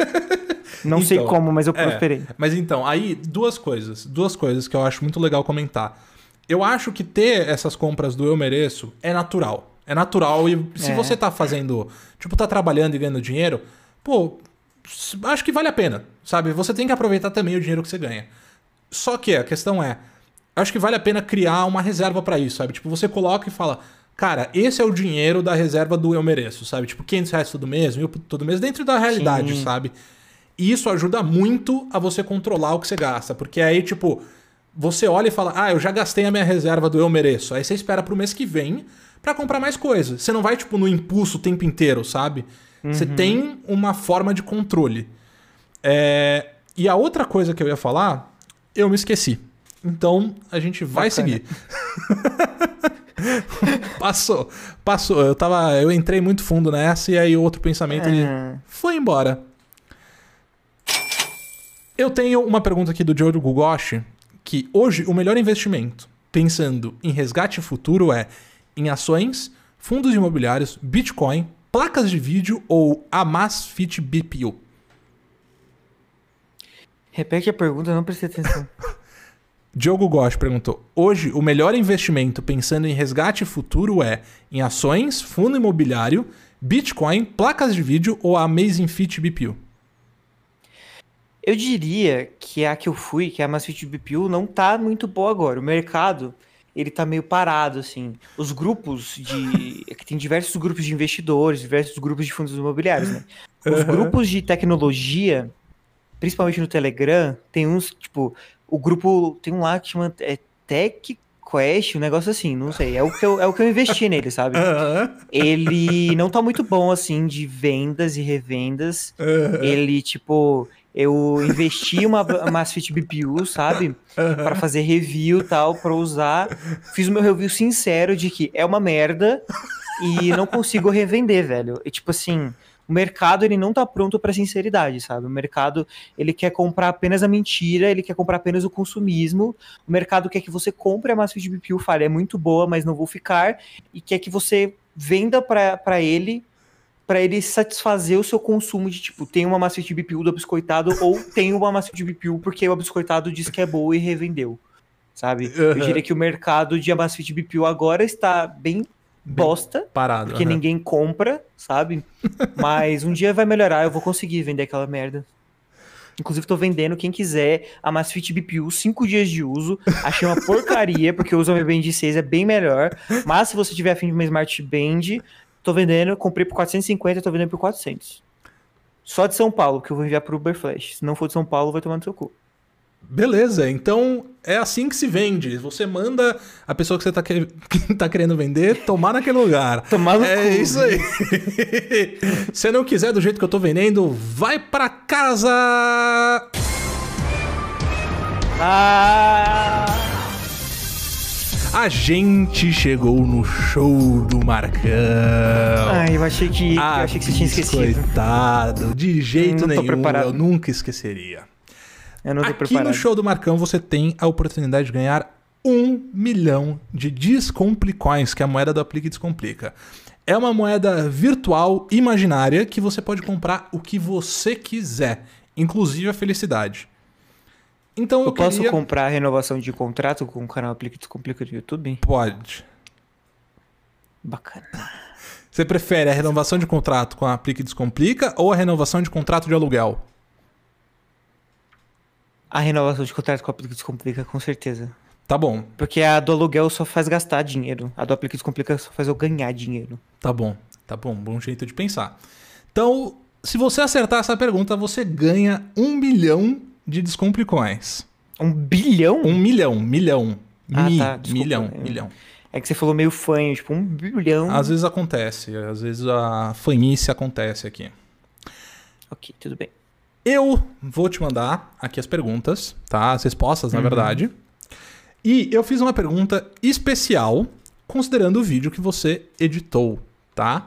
Não então, sei como, mas eu prosperei. É, mas então, aí, duas coisas. Duas coisas que eu acho muito legal comentar. Eu acho que ter essas compras do eu mereço é natural. É natural e se é. você tá fazendo... Tipo, tá trabalhando e ganhando dinheiro, pô, acho que vale a pena, sabe? Você tem que aproveitar também o dinheiro que você ganha. Só que a questão é... Acho que vale a pena criar uma reserva pra isso, sabe? Tipo, você coloca e fala... Cara, esse é o dinheiro da reserva do eu mereço, sabe? Tipo, quinhentos reais todo mês, mil todo mês, dentro da realidade, Sim. sabe? E isso ajuda muito a você controlar o que você gasta. Porque aí, tipo, você olha e fala, ah, eu já gastei a minha reserva do eu mereço. Aí você espera pro mês que vem pra comprar mais coisa. Você não vai, tipo, no impulso o tempo inteiro, sabe? Uhum. Você tem uma forma de controle. É... E a outra coisa que eu ia falar, eu me esqueci. Então, a gente vai Bacana. seguir. passou, passou. Eu, tava, eu entrei muito fundo nessa e aí o outro pensamento uhum. ele foi embora. Eu tenho uma pergunta aqui do Diogo Gugoshi, que hoje o melhor investimento, pensando em resgate futuro, é em ações, fundos imobiliários, Bitcoin, placas de vídeo ou Amazfit B P U? Repete a pergunta, eu não prestei atenção. Diogo Gugoshi perguntou, hoje o melhor investimento pensando em resgate futuro é em ações, fundo imobiliário, Bitcoin, placas de vídeo ou Amazfit B P U? Eu diria que a que eu fui, que é a Amazfit B P U, não tá muito boa agora. O mercado, ele tá meio parado, assim. Os grupos de... É que tem diversos grupos de investidores, diversos grupos de fundos imobiliários, né? Os Uhum. grupos de tecnologia, principalmente no Telegram, tem uns, tipo... O grupo... Tem um lá que chama é, Tech Quest, um negócio assim, não sei. É o que eu, é o que eu investi nele, sabe? Uhum. Ele não tá muito bom, assim, de vendas e revendas. Uhum. Ele, tipo... Eu investi uma Amazfit B P U, sabe? Uhum. Pra fazer review e tal, pra usar. Fiz o meu review sincero de que é uma merda e não consigo revender, velho. E tipo assim, o mercado ele não tá pronto pra sinceridade, sabe? O mercado, ele quer comprar apenas a mentira, ele quer comprar apenas o consumismo. O mercado quer que você compre a Amazfit B P U, fale, é muito boa, mas não vou ficar. E quer que você venda pra, pra ele... Pra ele satisfazer o seu consumo de, tipo, tem uma Amazfit B P U do Biscoitado ou tem uma Amazfit B P U porque o Biscoitado disse que é boa e revendeu, sabe? Uhum. Eu diria que o mercado de Amazfit B P U agora está bem bosta, Parado. porque uhum. ninguém compra, sabe? Mas um dia vai melhorar, eu vou conseguir vender aquela merda. Inclusive, tô vendendo, quem quiser, a Amazfit B P U, cinco dias de uso. Achei uma porcaria, porque eu uso a Mi Band seis, é bem melhor. Mas se você tiver afim de uma Smart Band... Tô vendendo, comprei por quatrocentos e cinquenta, tô vendendo por quatrocentos. Só de São Paulo, que eu vou enviar pro Uberflash. Se não for de São Paulo, vai tomar no seu cu. Beleza, então é assim que se vende. Você manda a pessoa que você tá, que... que tá querendo vender tomar naquele lugar. Tomar no é cu. É isso aí. Se não quiser do jeito que eu tô vendendo, vai pra casa! Ah... A gente chegou no show do Marcão. Ai, eu achei que, ah, eu achei que você tinha esquecido. Coitado, de jeito não nenhum, tô preparado. Eu nunca esqueceria. Eu não tô Aqui preparado. no show do Marcão você tem a oportunidade de ganhar um milhão de Descomplicoins, que é a moeda do Aplique Descomplica. É uma moeda virtual imaginária que você pode comprar o que você quiser, inclusive a felicidade. Então eu, eu posso queria... comprar a renovação de contrato com o canal Aplique Descomplica do YouTube? Pode. Bacana. Você prefere a renovação de contrato com a Aplique Descomplica ou a renovação de contrato de aluguel? A renovação de contrato com a Aplique Descomplica, com certeza. Tá bom. Porque a do aluguel só faz gastar dinheiro. A do Aplique Descomplica só faz eu ganhar dinheiro. Tá bom. Tá bom. Bom jeito de pensar. Então, se você acertar essa pergunta, você ganha um milhão de Descomplicões. Um bilhão? Um milhão. Milhão. Ah, Mi, tá. Desculpa. Milhão. É. Milhão. É que você falou meio fanho, tipo, um bilhão. Às vezes acontece. Às vezes a fanhice acontece aqui. Ok, tudo bem. Eu vou te mandar aqui as perguntas, tá? As respostas, na Uhum. verdade. E eu fiz uma pergunta especial, considerando o vídeo que você editou, tá?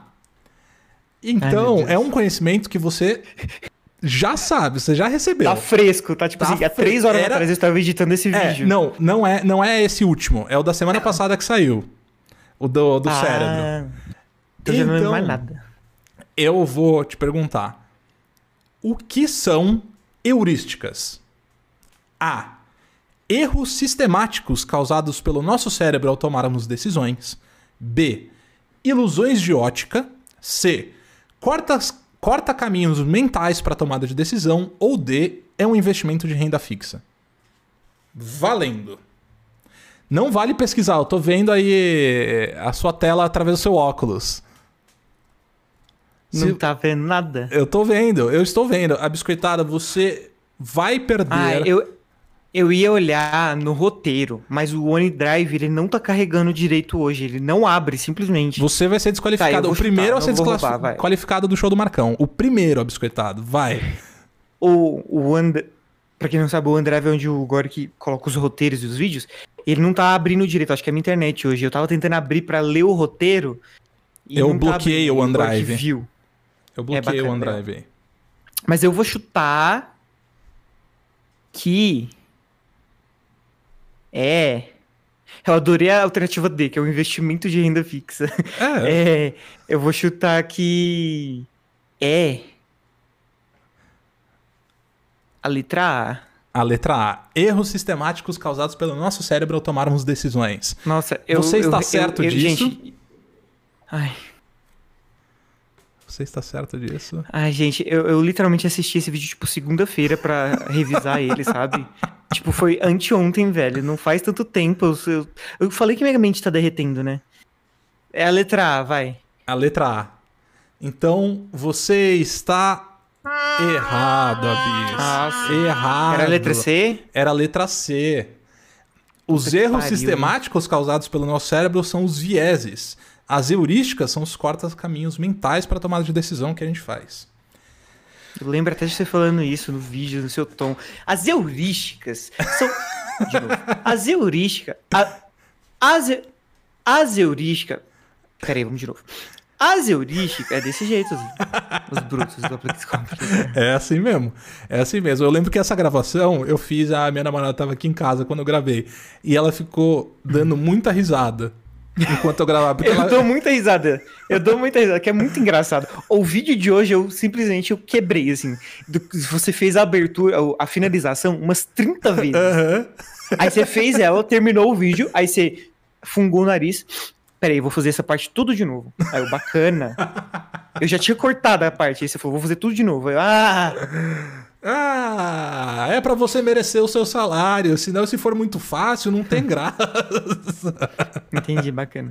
Então, Ai, é um conhecimento que você já sabe, você já recebeu. Tá fresco, tá tipo Tá assim, há fre- três horas era- atrás eu estava editando esse É, vídeo. não, não é, não é esse último. É o da semana passada que saiu. O do, do ah, cérebro. Então já não lembro Então- mais nada. Eu vou te perguntar. O que são heurísticas? A. Erros sistemáticos causados pelo nosso cérebro ao tomarmos decisões. B. Ilusões de ótica. C. Cortas, corta caminhos mentais para tomada de decisão. Ou D. É um investimento de renda fixa. Valendo. Não vale pesquisar. Eu tô vendo aí a sua tela através do seu óculos. Não Se- tá vendo nada. Eu tô vendo, eu estou vendo. A biscoitada, você vai perder. Ah, eu, eu ia olhar no roteiro, mas o OneDrive ele não tá carregando direito hoje. Ele não abre, simplesmente. Você vai ser desqualificado. Tá, eu vou o primeiro chutar, a ser não vou roubar, vai. desqualificado do show do Marcão. O primeiro, a biscoitado. Vai. O, o And... Pra quem não sabe, o OneDrive é onde o Gork coloca os roteiros e os vídeos. Ele não tá abrindo direito, acho que é a minha internet hoje. Eu tava tentando abrir pra ler o roteiro. E Eu não tá bloqueei abrindo, o OneDrive. Gork viu. Eu bloqueei bacana, o OneDrive aí. Mas eu vou chutar que é. Eu adorei a alternativa D, que é o investimento de renda fixa. É. É, eu vou chutar que é a letra A. A letra A. Erros sistemáticos causados pelo nosso cérebro ao tomarmos decisões. Nossa, eu Você está eu, certo eu, eu, disso? Gente, ai, Você está certo disso? Ai, gente, eu, eu literalmente assisti esse vídeo, tipo, segunda-feira pra revisar ele, sabe? Tipo, foi anteontem, velho. Não faz tanto tempo. Eu, eu, eu falei que minha mente tá derretendo, né? É a letra A, vai. A letra A. Então, você está errado, Abis. Ah, sim. Errado. Era a letra C? Era a letra C. Os Puta que erros pariu, sistemáticos causados pelo nosso cérebro são os vieses. As heurísticas são os corta-caminhos mentais para a tomada de decisão que a gente faz. Eu lembro até de você falando isso no vídeo, no seu tom. As heurísticas são... De novo. As heurísticas... A... As... eu- As heurísticas... Peraí, vamos de novo. As heurísticas... É desse jeito, os, os brutos do Aplicascope. É assim mesmo. É assim mesmo. Eu lembro que essa gravação eu fiz, a minha namorada estava aqui em casa quando eu gravei. E ela ficou dando muita risada enquanto eu gravava. Porque Eu ela... dou muita risada. Eu dou muita risada, que é muito engraçado. O vídeo de hoje eu simplesmente eu quebrei, assim. Do- você fez a abertura, a finalização umas trinta vezes. Aham. Aí você fez ela, terminou o vídeo, aí você fungou o nariz. Peraí, vou fazer essa parte tudo de novo. Aí eu, bacana. Eu já tinha cortado a parte. Aí você falou, vou fazer tudo de novo. Aí eu, ah! Ah, é pra você merecer o seu salário. Senão, se for muito fácil, não tem graça. Entendi, bacana.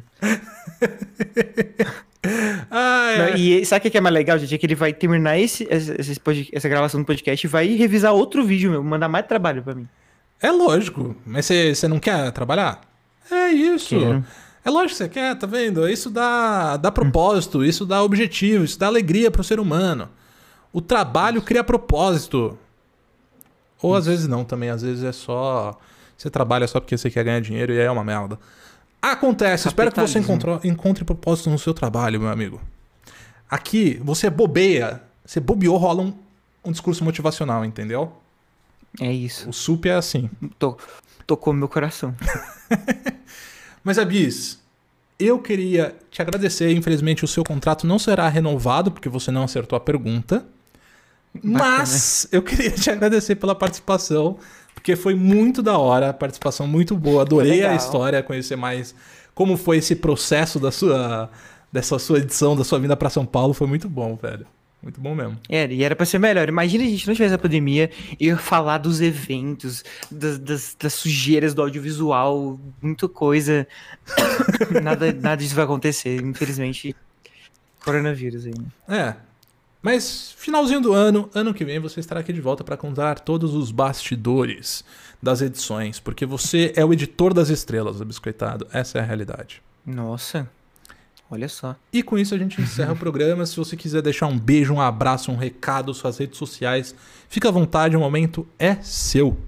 Ah, Não, é. e sabe o que que é mais legal, gente? É que ele vai terminar esse, esse- esse pod- essa gravação do podcast e vai revisar outro vídeo meu, mandar mais trabalho pra mim. É lógico. Mas você você não quer trabalhar? É isso. Quero. É lógico que você quer, tá vendo? Isso dá, dá propósito, isso dá objetivo, isso dá alegria pro ser humano. O trabalho cria propósito. Ou às vezes não também, às vezes é só... Você trabalha só porque você quer ganhar dinheiro e aí é uma merda. Acontece, espero que você Capitalismo. encontrou, encontre propósito no seu trabalho, meu amigo. Aqui, você bobeia, você bobeou, rola um, um discurso motivacional, entendeu? É isso. O S U P é assim. To- tocou meu coração. Mas, Abis, eu queria te agradecer. Infelizmente, o seu contrato não será renovado porque você não acertou a pergunta. Mas eu queria te agradecer pela participação, porque foi muito da hora, participação muito boa. Adorei Legal. a história, conhecer mais como foi esse processo da sua, dessa sua edição, da sua vinda para São Paulo. Foi muito bom, velho. Muito bom mesmo. Era, e era pra ser melhor. Imagina a gente não tivesse a pandemia e ia falar dos eventos, das, das, das sujeiras do audiovisual, muita coisa. nada, nada disso vai acontecer, infelizmente. Coronavírus aí. Né? É. Mas finalzinho do ano, ano que vem, você estará aqui de volta para contar todos os bastidores das edições, porque você é o editor das estrelas, biscoitado. Essa é a realidade. Nossa, olha só. E com isso a gente encerra o programa. Se você quiser deixar um beijo, um abraço, um recado, suas redes sociais, fica à vontade, o momento é seu.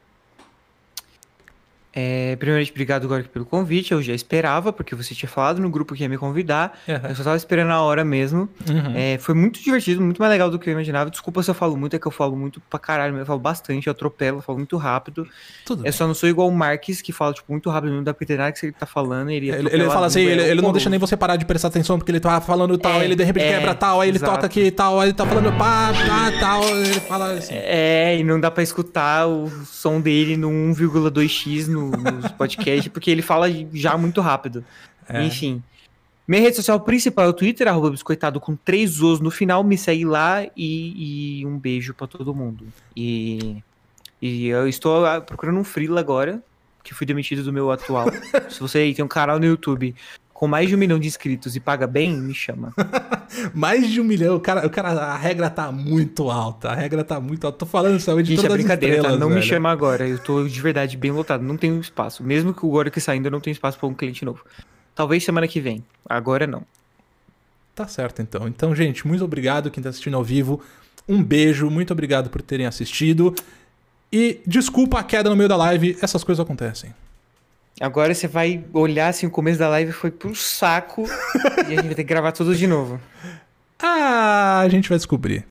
É, primeiramente, obrigado, Gork, pelo convite. Eu já esperava, porque você tinha falado no grupo que ia me convidar. Uhum. Eu só tava esperando a hora mesmo. Uhum. É, foi muito divertido, muito mais legal do que eu imaginava. Desculpa se eu falo muito, é que eu falo muito pra caralho. Eu falo bastante, eu atropelo, eu falo muito rápido. Tudo Eu bem. só não sou igual o Marques, que fala tipo, muito rápido, não dá pra entender nada que ele tá falando. Ele, Ele, ele fala assim, ele, ele não deixa nem você parar de prestar atenção, porque ele tá falando tal, É, aí ele de repente é, quebra tal, aí ele exato. toca aqui tal, aí ele tá falando pá, pá, tal, ele fala assim. É, e não dá pra escutar o som dele no um vírgula dois x no, nos podcasts, porque ele fala já muito rápido. É. Enfim. Minha rede social principal é o Twitter, arroba biscoitado com três Os no final. Me segue lá e, e um beijo pra todo mundo. E, e eu estou ah, procurando um freela agora, que fui demitido do meu atual. Se você aí tem um canal no YouTube com mais de um milhão de inscritos e paga bem, me chama. Mais de um milhão, o cara, o cara, a regra tá muito alta, a regra tá muito alta. Tô falando isso, é o editor Gente, é das brincadeira, tá? estrelas, Não me velho. chama agora. Eu tô de verdade bem lotado. Não tenho espaço. Mesmo que o Agora que saindo, eu não tenho espaço pra um cliente novo. Talvez semana que vem. Agora não. Tá certo, então. Então, gente, muito obrigado quem tá assistindo ao vivo. Um beijo, muito obrigado por terem assistido. E desculpa a queda no meio da live, essas coisas acontecem. Agora você vai olhar assim, o começo da live foi pro saco e a gente vai ter que gravar tudo de novo. Ah, a gente vai descobrir.